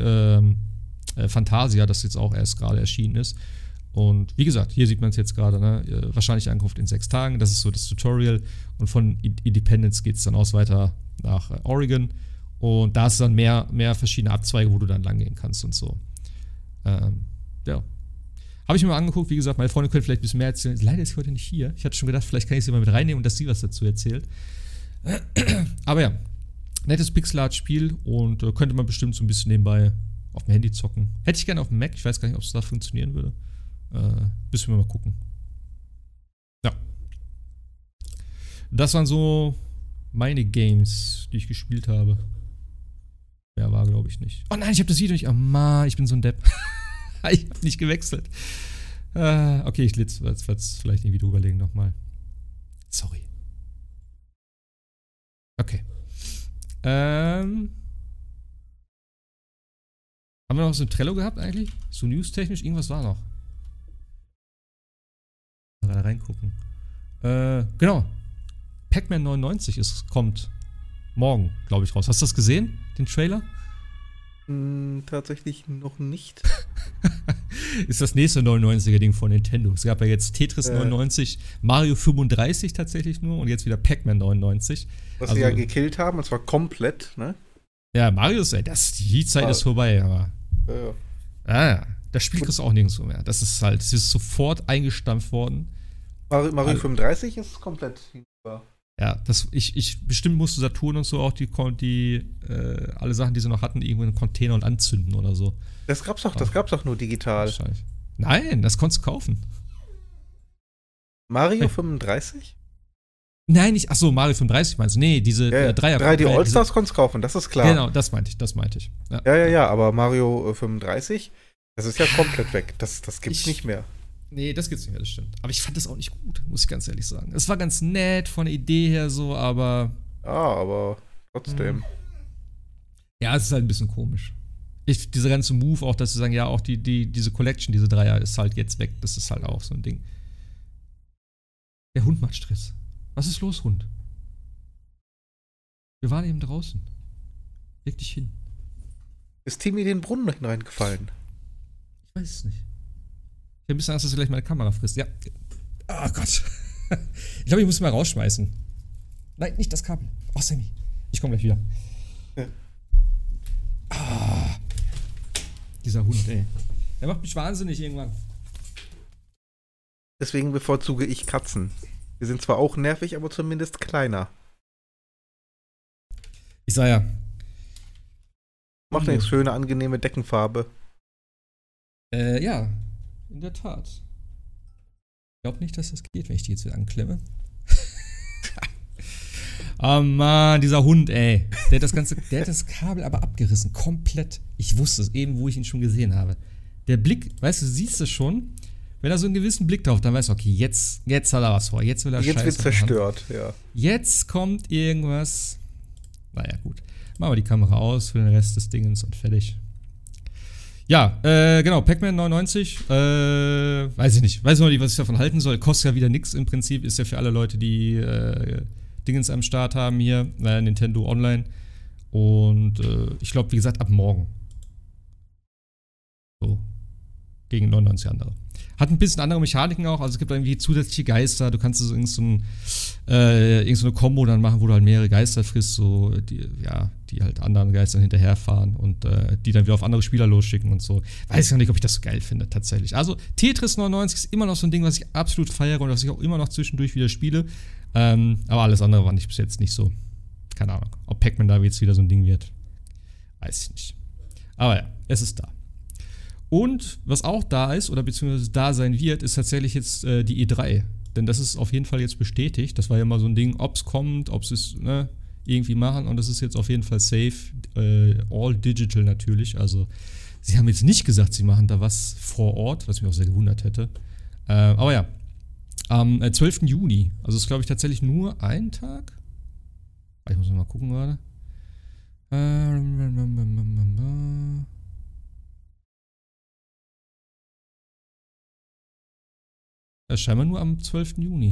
Fantasia, das jetzt auch erst gerade erschienen ist. Und wie gesagt, hier sieht man es jetzt gerade, ne? Wahrscheinlich Ankunft in 6 Tagen. Das ist so das Tutorial. Und von Independence geht es dann aus weiter nach Oregon. Und da ist dann mehr verschiedene Abzweige, wo du dann lang gehen kannst und so. Ja. Habe ich mir mal angeguckt, wie gesagt, meine Freundin könnte vielleicht ein bisschen mehr erzählen. Leider ist sie heute nicht hier. Ich hatte schon gedacht, vielleicht kann ich sie mal mit reinnehmen und dass sie was dazu erzählt. Aber ja, nettes Pixel-Art-Spiel und könnte man bestimmt so ein bisschen nebenbei auf dem Handy zocken. Hätte ich gerne auf dem Mac, ich weiß gar nicht, ob es da funktionieren würde. Müssen wir mal gucken. Ja. Das waren so meine Games, die ich gespielt habe. Mehr war, glaube ich, nicht. Oh nein, ich habe das Video nicht. Oh Mann, ich bin so ein Depp. Ich habe nicht gewechselt. Okay, ich werde es vielleicht irgendwie drüberlegen nochmal. Sorry. Okay. Haben wir noch so ein Trello gehabt eigentlich? So newstechnisch? Irgendwas war noch. Mal da reingucken. Genau. Pac-Man 99 kommt morgen, glaube ich, raus. Hast du das gesehen, den Trailer? Tatsächlich noch nicht. Ist das nächste 99er-Ding von Nintendo. Es gab ja jetzt Tetris 99, Mario 35 tatsächlich nur und jetzt wieder Pac-Man 99. Was sie ja gekillt haben, und zwar komplett, ne? Ja, Mario ist, die Zeit ist vorbei, aber. Das Spiel kriegst du auch nirgendwo mehr. Das ist sofort eingestampft worden. Mario 35 ist komplett hinüber. Ja, bestimmt musste Saturn und so auch alle Sachen, die sie noch hatten, irgendwo in einen Container und anzünden oder so. Das gab's doch nur digital. Wahrscheinlich. Nein, das konntest du kaufen. Mario 35? Nein, nicht, achso, Mario 35 meinst du? Nee, diese Dreier. 3D All-Stars konntest du kaufen, das ist klar. Genau, das meinte ich. Ja, aber Mario 35, das ist ja komplett weg. Das gibt's nicht mehr. Nee, das gibt's nicht mehr, das stimmt. Aber ich fand das auch nicht gut, muss ich ganz ehrlich sagen. Es war ganz nett von der Idee her so, aber. Ja, aber trotzdem. Ja, es ist halt ein bisschen komisch. Dieser ganze Move auch, dass sie sagen, ja, auch diese Collection, diese Dreier, ist halt jetzt weg. Das ist halt auch so ein Ding. Der Hund macht Stress. Was ist los, Hund? Wir waren eben draußen. Leg dich hin. Ist Timmy den Brunnen reingefallen? Ich weiß es nicht. Ich habe ein bisschen Angst, dass er gleich meine Kamera frisst. Ja. Oh Gott. Ich glaube, ich muss ihn mal rausschmeißen. Nein, nicht das Kabel. Oh, Sammy. Ich komme gleich wieder. Ja. Ah. Dieser Hund, ey. Der macht mich wahnsinnig irgendwann. Deswegen bevorzuge ich Katzen. Die sind zwar auch nervig, aber zumindest kleiner. Ich sag ja. Macht nichts, schöne, angenehme Deckenfarbe. Ja, in der Tat. Ich glaube nicht, dass das geht, wenn ich die jetzt wieder anklemme. Oh Mann, dieser Hund, ey. Der hat das Kabel aber abgerissen, komplett. Ich wusste es eben, wo ich ihn schon gesehen habe. Der Blick, weißt du, siehst es schon, wenn er so einen gewissen Blick drauf, dann weißt du, okay, jetzt hat er was vor, jetzt will er Scheiße. Jetzt wird zerstört, ja. Jetzt kommt irgendwas. Naja, gut. Machen wir die Kamera aus für den Rest des Dingens und fertig. Ja, genau, Pac-Man 99, weiß ich nicht, weiß noch nicht, was ich davon halten soll. Kostet ja wieder nix im Prinzip, ist ja für alle Leute, die Dingens am Start haben hier, Nintendo Online. Und ich glaube, wie gesagt, ab morgen. So. Gegen 99 andere. Hat ein bisschen andere Mechaniken auch, also es gibt irgendwie zusätzliche Geister, du kannst so irgendeine so Kombo dann machen, wo du halt mehrere Geister frisst, so, die halt anderen Geistern hinterherfahren und die dann wieder auf andere Spieler losschicken und so. Weiß ich noch nicht, ob ich das so geil finde, tatsächlich. Also Tetris 99 ist immer noch so ein Ding, was ich absolut feiere und was ich auch immer noch zwischendurch wieder spiele, aber alles andere war nicht bis jetzt nicht so, keine Ahnung, ob Pac-Man da jetzt wieder so ein Ding wird, weiß ich nicht. Aber ja, es ist da. Und was auch da ist, oder beziehungsweise da sein wird, ist tatsächlich jetzt die E3. Denn das ist auf jeden Fall jetzt bestätigt. Das war ja mal so ein Ding, ob es kommt, ob sie es irgendwie machen. Und das ist jetzt auf jeden Fall safe. All digital natürlich. Also sie haben jetzt nicht gesagt, sie machen da was vor Ort, was mich auch sehr gewundert hätte. Aber ja, am 12. Juni. Also ist, glaube ich, tatsächlich nur ein Tag. Ich muss mal gucken gerade. Scheinbar nur am 12. Juni.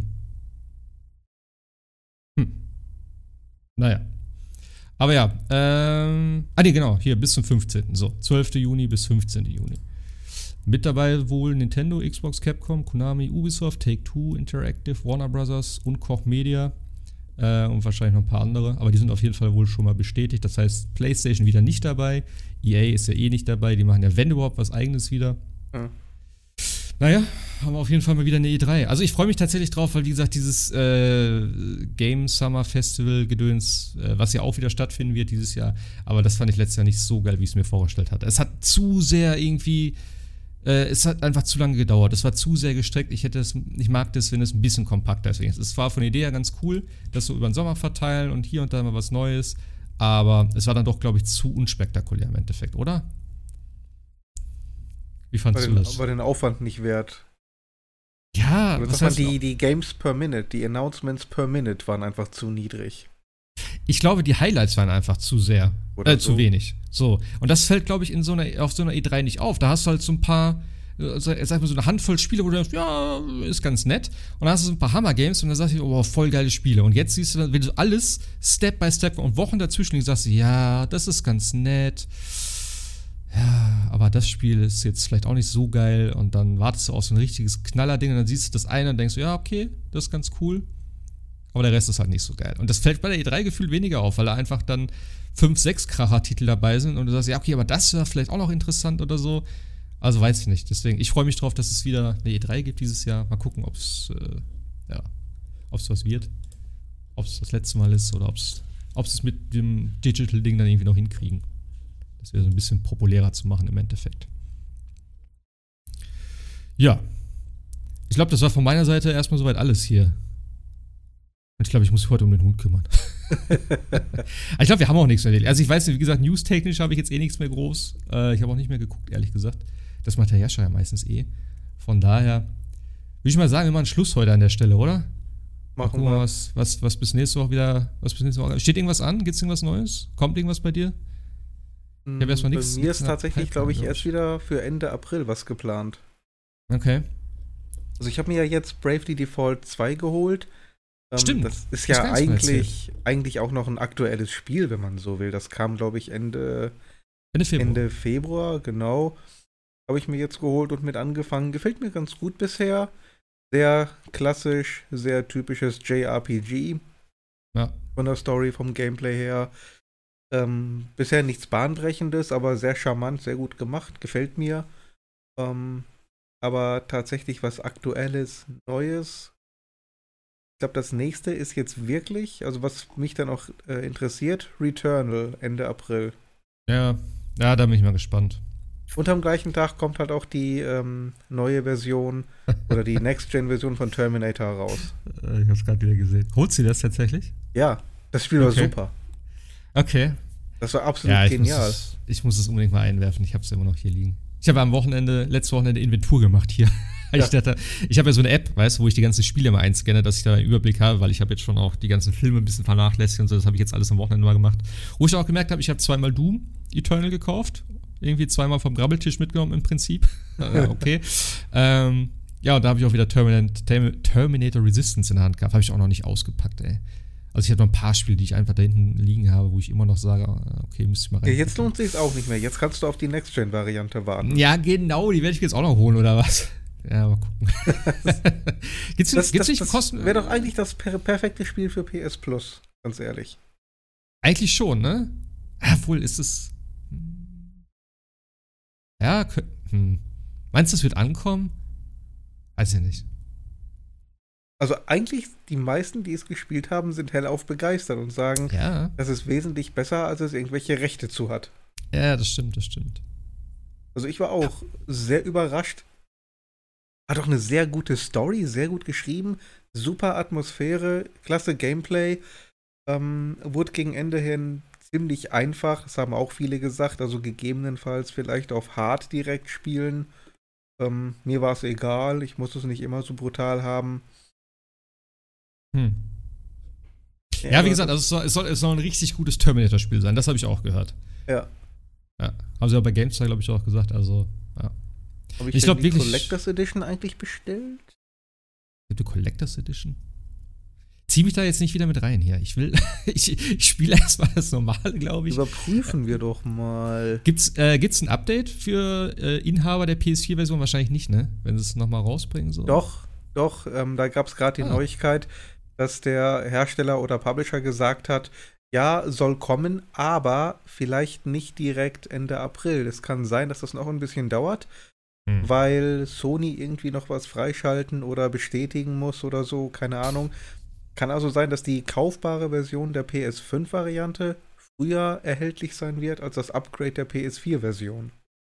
Naja. Aber ja, nee, genau, hier bis zum 15. So, 12. Juni bis 15. Juni. Mit dabei wohl Nintendo, Xbox, Capcom, Konami, Ubisoft, Take-Two, Interactive, Warner Bros. Und Koch Media. Und wahrscheinlich noch ein paar andere. Aber die sind auf jeden Fall wohl schon mal bestätigt. Das heißt, PlayStation wieder nicht dabei. EA ist ja eh nicht dabei. Die machen ja, wenn überhaupt, was Eigenes wieder. Ja. Naja, haben wir auf jeden Fall mal wieder eine E3. Also ich freue mich tatsächlich drauf, weil wie gesagt, dieses Game Summer Festival Gedöns, was ja auch wieder stattfinden wird dieses Jahr, aber das fand ich letztes Jahr nicht so geil, wie ich es mir vorgestellt hatte. Es hat zu sehr irgendwie, es hat einfach zu lange gedauert. Es war zu sehr gestreckt. Ich mag das, wenn es ein bisschen kompakter ist. Es war von der Idee her ganz cool, das so über den Sommer verteilen und hier und da mal was Neues, aber es war dann doch, glaube ich, zu unspektakulär im Endeffekt, oder? Wie fandst du das? War den Aufwand nicht wert. Ja, was heißt die Games per Minute, die Announcements per Minute waren einfach zu niedrig. Ich glaube, die Highlights waren einfach zu sehr, so. Zu wenig. So. Und das fällt, glaube ich, auf so einer E3 nicht auf. Da hast du halt so ein paar, sag mal, so eine Handvoll Spiele, wo du denkst, ja, ist ganz nett. Und dann hast du so ein paar Hammer-Games und dann sagst du, oh, voll geile Spiele. Und jetzt siehst du dann, wenn du alles Step by Step und Wochen dazwischen liegen, sagst du, ja, das ist ganz nett. Ja, aber das Spiel ist jetzt vielleicht auch nicht so geil und dann wartest du auf so ein richtiges Knallerding und dann siehst du das eine und denkst du, ja, okay, das ist ganz cool, aber der Rest ist halt nicht so geil. Und das fällt bei der E3 gefühlt weniger auf, weil da einfach dann 5, 6 Kracher-Titel dabei sind und du sagst, ja, okay, aber das wäre vielleicht auch noch interessant oder so. Also weiß ich nicht, deswegen, ich freue mich drauf, dass es wieder eine E3 gibt dieses Jahr. Mal gucken, ob es was wird, ob es das letzte Mal ist oder ob es mit dem Digital-Ding dann irgendwie noch hinkriegen. Das wäre so ein bisschen populärer zu machen im Endeffekt. Ja. Ich glaube, das war von meiner Seite erstmal soweit alles hier. Und ich glaube, ich muss mich heute um den Hund kümmern. Ich glaube, wir haben auch nichts mehr. Also ich weiß nicht, wie gesagt, newstechnisch habe ich jetzt eh nichts mehr groß. Ich habe auch nicht mehr geguckt, ehrlich gesagt. Das macht der Herrscher ja meistens eh. Von daher würde ich mal sagen, wir machen Schluss heute an der Stelle, oder? Machen wir. Was bis nächste Woche wieder, steht irgendwas an? Gibt's irgendwas Neues? Kommt irgendwas bei dir? Ich habe erstmal nichts. Bei mir ist tatsächlich, glaube ich, erst wieder für Ende April was geplant. Okay. Also ich habe mir ja jetzt Bravely Default 2 geholt. Stimmt. Das ist ja eigentlich auch noch ein aktuelles Spiel, wenn man so will. Das kam, glaube ich, Ende Ende Februar, genau. Habe ich mir jetzt geholt und mit angefangen. Gefällt mir ganz gut bisher. Sehr klassisch, sehr typisches JRPG. Ja. Von der Story, vom Gameplay her. Bisher nichts Bahnbrechendes, aber sehr charmant, sehr gut gemacht. Gefällt mir. Aber tatsächlich was Aktuelles, Neues. Ich glaube, das nächste ist jetzt wirklich, also was mich dann auch interessiert, Returnal Ende April. Ja, da bin ich mal gespannt. Und am gleichen Tag kommt halt auch die neue Version oder die Next-Gen-Version von Terminator raus. Ich hab's gerade wieder gesehen. Holst du das tatsächlich? Ja, das Spiel war super. Okay. Das war absolut genial. Ich muss es unbedingt mal einwerfen. Ich hab's immer noch hier liegen. Ich habe letztes Wochenende Inventur gemacht hier. Ja. Ich dachte, ich habe ja so eine App, weißt du, wo ich die ganzen Spiele mal einscanne, dass ich da einen Überblick habe, weil ich habe jetzt schon auch die ganzen Filme ein bisschen vernachlässigt und so, das habe ich jetzt alles am Wochenende mal gemacht. Wo ich auch gemerkt habe, ich habe zweimal Doom Eternal gekauft, irgendwie zweimal vom Grabbeltisch mitgenommen im Prinzip. Okay. Ja, und da habe ich auch wieder Terminator Resistance in der Hand gehabt, habe ich auch noch nicht ausgepackt, ey. Also ich habe noch ein paar Spiele, die ich einfach da hinten liegen habe, wo ich immer noch sage, okay, müsste ich mal rein. Ja, jetzt lohnt sich auch nicht mehr. Jetzt kannst du auf die Next-Gen-Variante warten. Ja, genau, die werde ich jetzt auch noch holen, oder was? Ja, mal gucken. Gibt's nicht Kosten? Wäre doch eigentlich das perfekte Spiel für PS Plus, ganz ehrlich. Eigentlich schon, ne? Ja, wohl ist es. Ja, meinst du, es wird ankommen? Weiß ich nicht. Also eigentlich, die meisten, die es gespielt haben, sind hellauf begeistert und sagen, das ist wesentlich besser, als es irgendwelche Rechte zu hat. Ja, das stimmt. Also ich war auch sehr überrascht. Hat auch eine sehr gute Story, sehr gut geschrieben, super Atmosphäre, klasse Gameplay. Wurde gegen Ende hin ziemlich einfach, das haben auch viele gesagt, also gegebenenfalls vielleicht auf Hard direkt spielen. Mir war es egal, ich muss es nicht immer so brutal haben. Ja, wie gesagt, also es soll ein richtig gutes Terminator-Spiel sein, das habe ich auch gehört. Ja. Haben sie auch bei GameStar, glaube ich, auch gesagt, also, ja. Habe ich die Collectors Edition eigentlich bestellt? Die Collectors Edition? Zieh mich da jetzt nicht wieder mit rein hier. Ich spiele erstmal das Normale, glaube ich. Überprüfen wir doch mal. Gibt's ein Update für Inhaber der PS4-Version? Wahrscheinlich nicht, ne? Wenn sie es nochmal rausbringen, so. Doch. Da gab es gerade die Neuigkeit, dass der Hersteller oder Publisher gesagt hat, ja, soll kommen, aber vielleicht nicht direkt Ende April. Es kann sein, dass das noch ein bisschen dauert, weil Sony irgendwie noch was freischalten oder bestätigen muss oder so, keine Ahnung. Kann also sein, dass die kaufbare Version der PS5-Variante früher erhältlich sein wird als das Upgrade der PS4-Version.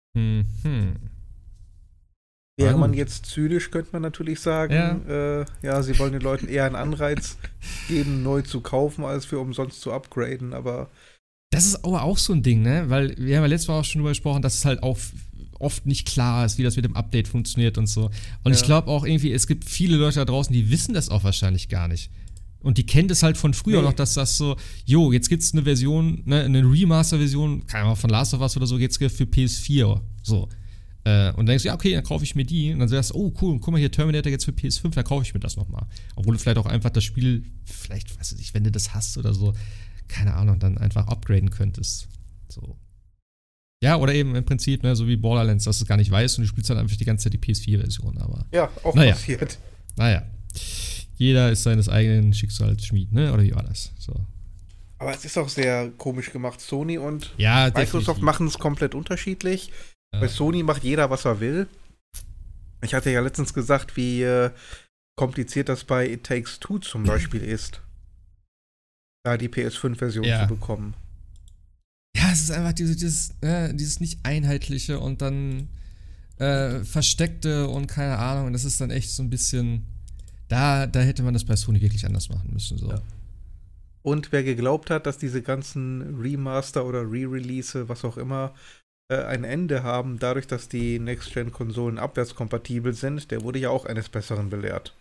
Wäre man jetzt zynisch, könnte man natürlich sagen, sie wollen den Leuten eher einen Anreiz geben, neu zu kaufen, als für umsonst zu upgraden, aber das ist aber auch so ein Ding, ne? Weil wir haben ja letztes Mal auch schon drüber gesprochen, dass es halt auch oft nicht klar ist, wie das mit dem Update funktioniert und so. Und ich glaube auch irgendwie, es gibt viele Leute da draußen, die wissen das auch wahrscheinlich gar nicht. Und die kennen das halt von früher noch, dass das so, jetzt gibt's eine Version, ne, eine Remaster-Version, keine Ahnung, von Last of Us oder so, jetzt für PS4, so. Und dann denkst du, ja, okay, dann kaufe ich mir die. Und dann sagst du, oh, cool, guck mal hier, Terminator jetzt für PS5, dann kaufe ich mir das nochmal. Obwohl du vielleicht auch einfach das Spiel, vielleicht, weiß ich nicht, wenn du das hast oder so, keine Ahnung, dann einfach upgraden könntest. So. Ja, oder eben im Prinzip, ne, so wie Borderlands, dass du es gar nicht weißt und du spielst dann einfach die ganze Zeit die PS4-Version. Aber ja, auch passiert. Naja. Jeder ist seines eigenen Schicksals Schmied, ne? Oder wie war das? So. Aber es ist auch sehr komisch gemacht. Sony und Microsoft definitiv machen es komplett unterschiedlich. Bei Sony macht jeder, was er will. Ich hatte ja letztens gesagt, wie kompliziert das bei It Takes Two zum Beispiel ist, da die PS5-Version zu bekommen. Ja, es ist einfach dieses nicht einheitliche und dann versteckte und keine Ahnung. Und das ist dann echt so ein bisschen, da hätte man das bei Sony wirklich anders machen müssen. So. Ja. Und wer geglaubt hat, dass diese ganzen Remaster oder Re-Release, was auch immer, ein Ende haben, dadurch, dass die Next-Gen-Konsolen abwärtskompatibel sind, der wurde ja auch eines Besseren belehrt.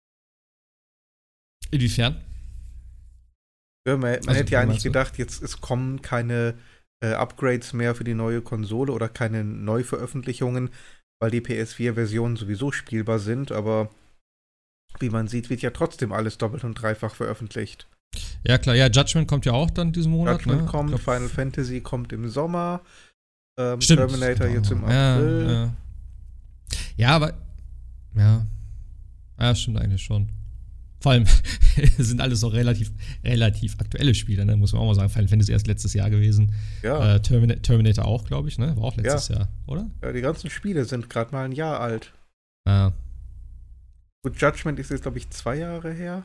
Inwiefern? Ja, man hätte ja eigentlich gedacht, es kommen keine Upgrades mehr für die neue Konsole oder keine Neuveröffentlichungen, weil die PS4-Versionen sowieso spielbar sind, aber wie man sieht, wird ja trotzdem alles doppelt und dreifach veröffentlicht. Ja, klar, Judgment kommt ja auch dann diesen Monat. Judgment kommt, Final Fantasy kommt im Sommer. Stimmt. Terminator jetzt im Ja, April. ja, aber. Ja. Ja, stimmt eigentlich schon. Vor allem sind alles auch relativ aktuelle Spiele, ne? Muss man auch mal sagen. Final Fantasy erst letztes Jahr gewesen. Ja. Terminator auch, glaube ich, ne? War auch letztes Jahr, oder? Ja, die ganzen Spiele sind gerade mal ein Jahr alt. Ja. Gut, Judgment ist jetzt, glaube ich, 2 Jahre her.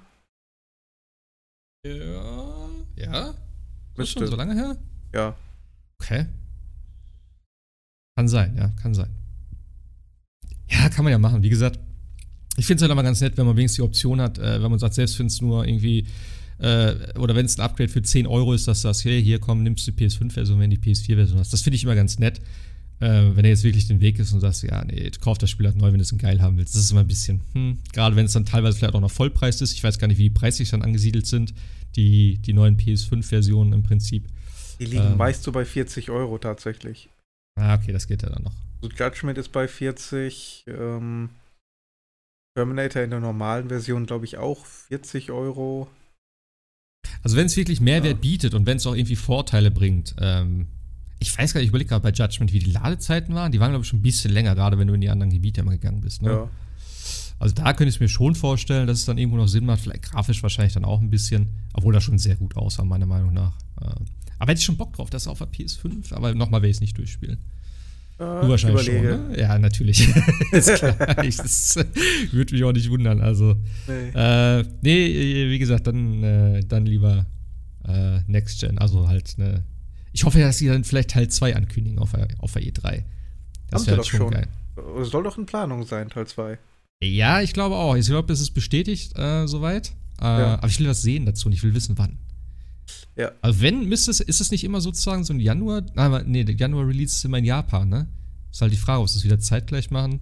Ja. Ja? Ist das Müsste. schon so lange her? Ja. Okay. Kann sein, ja, kann sein. Ja, kann man ja machen. Wie gesagt, ich finde es halt immer ganz nett, wenn man wenigstens die Option hat, wenn man sagt, selbst wenn es nur irgendwie, oder wenn es ein Upgrade für 10 Euro ist, dass du sagst, hey, hier komm, nimmst du die PS5-Version, wenn du die PS4-Version hast. Das finde ich immer ganz nett, wenn er jetzt wirklich den Weg ist und sagst, ja, nee, kauf das Spiel halt neu, wenn du es geil haben willst. Das ist immer ein bisschen, gerade wenn es dann teilweise vielleicht auch noch Vollpreis ist. Ich weiß gar nicht, wie die preislich dann angesiedelt sind, die neuen PS5-Versionen im Prinzip. Die liegen meist so bei 40 Euro tatsächlich. Ah, okay, das geht ja dann noch. So Judgment ist bei 40, Terminator in der normalen Version, glaube ich, auch 40 Euro. Also wenn es wirklich Mehrwert bietet und wenn es auch irgendwie Vorteile bringt, ich weiß gar nicht, ich überlege gerade bei Judgment, wie die Ladezeiten waren. Die waren, glaube ich, schon ein bisschen länger, gerade wenn du in die anderen Gebiete immer gegangen bist. Ne? Ja. Also da könnte ich mir schon vorstellen, dass es dann irgendwo noch Sinn macht. Vielleicht grafisch wahrscheinlich dann auch ein bisschen, obwohl das schon sehr gut aussah, meiner Meinung nach. Aber hätte ich schon Bock drauf, das auf der PS5, aber nochmal werde ich es nicht durchspielen. Du wahrscheinlich schon, ne? Ja, natürlich. Ist klar. Das würde mich auch nicht wundern. Also, nee, wie gesagt, dann lieber Next Gen. Also halt, ne. Ich hoffe ja, dass sie dann vielleicht Teil 2 ankündigen auf der E3. Das wäre halt schon geil. Es soll doch in Planung sein, Teil 2. Ja, ich glaube auch. Ich glaube, das ist bestätigt soweit. Aber ich will was sehen dazu und ich will wissen, wann. Ja. Also ist es nicht immer sozusagen so ein Januar? Nee, der Januar-Release ist immer in Japan, ne? Ist halt die Frage, ob sie es wieder zeitgleich machen.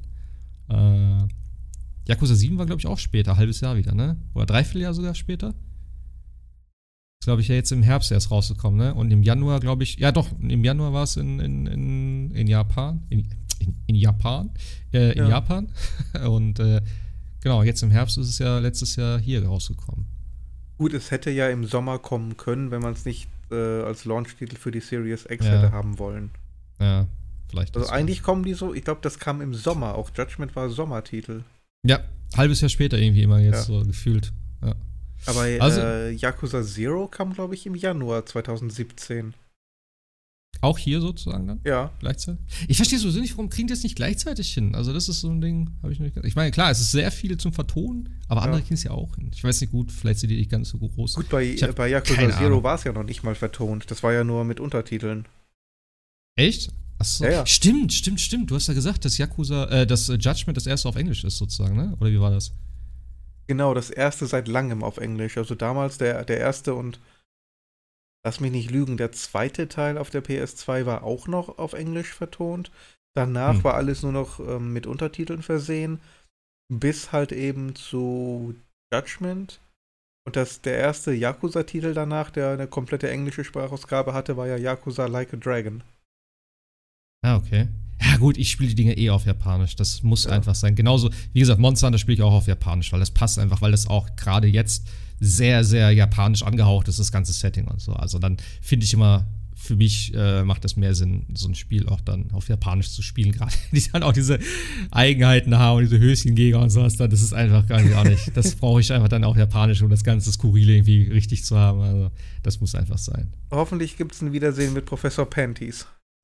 Yakuza 7 war, glaube ich, auch später, halbes Jahr wieder, ne? Oder Dreivierteljahr sogar später. Ist, glaube ich, ja jetzt im Herbst erst rausgekommen, ne? Und im Januar, glaube ich, ja doch, im Januar war es in Japan. In Japan. Japan. Und genau, jetzt im Herbst ist es ja letztes Jahr hier rausgekommen. Gut, es hätte ja im Sommer kommen können, wenn man es nicht als Launch-Titel für die Series X hätte haben wollen. Ja, vielleicht. Also eigentlich kommen die so, ich glaube, das kam im Sommer. Auch Judgment war Sommertitel. Ja, halbes Jahr später irgendwie immer jetzt so gefühlt. Ja. Aber Yakuza Zero kam, glaube ich, im Januar 2017. Auch hier sozusagen dann? Ja. Gleichzeitig? Ich verstehe so nicht, warum kriegen die das nicht gleichzeitig hin? Also das ist so ein Ding, habe ich nicht. Ich meine, klar, es ist sehr viel zum Vertonen, aber andere kriegen es ja auch hin. Ich weiß nicht, gut, vielleicht sind die nicht ganz so groß. Gut, bei Yakuza Zero war es ja noch nicht mal vertont. Das war ja nur mit Untertiteln. Echt? Achso. Ja. Stimmt. Du hast ja gesagt, dass das Judgment das erste auf Englisch ist sozusagen, ne? Oder wie war das? Genau, das erste seit langem auf Englisch. Also damals der erste und lass mich nicht lügen, der zweite Teil auf der PS2 war auch noch auf Englisch vertont. Danach war alles nur noch mit Untertiteln versehen, bis halt eben zu Judgment. Und der erste Yakuza-Titel danach, der eine komplette englische Sprachausgabe hatte, war ja Yakuza Like a Dragon. Ah, okay. Ja gut, ich spiele die Dinge auf Japanisch. Das muss einfach sein. Genauso, wie gesagt, Monster Hunter spiele ich auch auf Japanisch, weil das passt einfach, weil das auch gerade jetzt sehr, sehr japanisch angehaucht ist, das ganze Setting und so. Also dann finde ich immer, für mich macht es mehr Sinn, so ein Spiel auch dann auf Japanisch zu spielen, gerade die dann auch diese Eigenheiten haben und diese Höschengegner und sowas. Das ist einfach gar nicht. Das brauche ich einfach dann auch Japanisch, um das ganze Skurrile irgendwie richtig zu haben. Also das muss einfach sein. Hoffentlich gibt es ein Wiedersehen mit Professor Panties.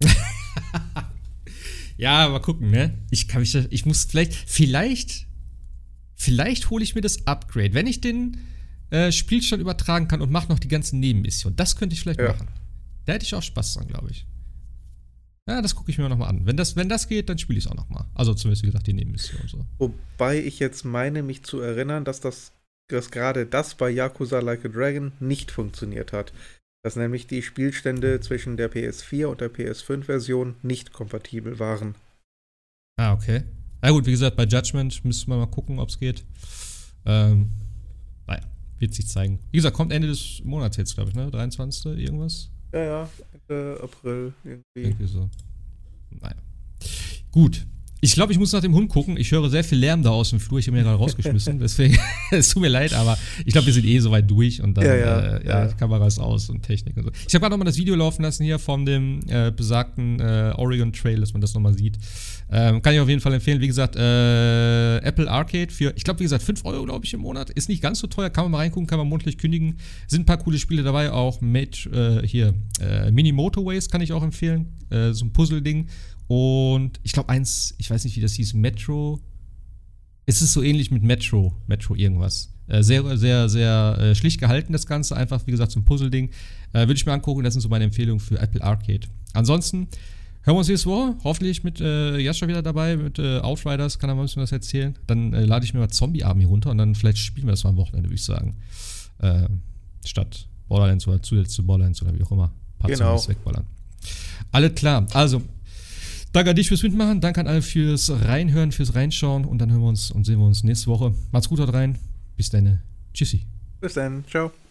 Ja, mal gucken, ne? Ich muss vielleicht hole ich mir das Upgrade, wenn ich den Spielstand übertragen kann und mache noch die ganzen Nebenmissionen. Das könnte ich vielleicht machen. Da hätte ich auch Spaß dran, glaube ich. Ja, das gucke ich mir nochmal an. Wenn das geht, dann spiele ich es auch nochmal. Also zumindest, wie gesagt, die Nebenmissionen und so. Wobei ich jetzt meine, mich zu erinnern, dass gerade das bei Yakuza Like a Dragon nicht funktioniert hat. Dass nämlich die Spielstände zwischen der PS4 und der PS5-Version nicht kompatibel waren. Ah, okay. Na gut, wie gesagt, bei Judgment müssen wir mal gucken, ob es geht. Naja, wird sich zeigen. Wie gesagt, kommt Ende des Monats jetzt, glaube ich, ne? 23. irgendwas? Ja, Ende April irgendwie so. Naja. Gut. Ich glaube, ich muss nach dem Hund gucken. Ich höre sehr viel Lärm da aus dem Flur. Ich habe ihn ja gerade rausgeschmissen. Deswegen, es tut mir leid, aber ich glaube, wir sind soweit durch. Und dann, die Kamera ist aus und Technik und so. Ich habe gerade nochmal das Video laufen lassen hier von dem besagten Oregon Trail, dass man das nochmal sieht. Kann ich auf jeden Fall empfehlen. Wie gesagt, Apple Arcade für, ich glaube, wie gesagt, 5 Euro, glaube ich, im Monat. Ist nicht ganz so teuer. Kann man mal reingucken, kann man monatlich kündigen. Sind ein paar coole Spiele dabei. Auch Mini Motorways kann ich auch empfehlen. So ein Puzzle-Ding. Und ich glaube ich weiß nicht, wie das hieß, Metro. Es ist so ähnlich mit Metro irgendwas. Sehr, sehr, sehr schlicht gehalten, das Ganze. Einfach, wie gesagt, so ein Puzzle-Ding. Würde ich mir angucken, das sind so meine Empfehlungen für Apple Arcade. Ansonsten hören wir uns nächste Woche. Hoffentlich mit Jascha wieder dabei, mit Outriders, kann er mal ein bisschen was erzählen. Dann lade ich mir mal Zombie Army runter und dann vielleicht spielen wir das mal am Wochenende, würde ich sagen. Statt Borderlands oder zusätzlich zu Borderlands oder wie auch immer. Ein paar Zombies wegballern. Alles klar. Also, danke an dich fürs Mitmachen, danke an alle fürs Reinhören, fürs Reinschauen und dann hören wir uns und sehen wir uns nächste Woche. Macht's gut, haut rein. Bis dann. Tschüssi. Bis dann. Ciao.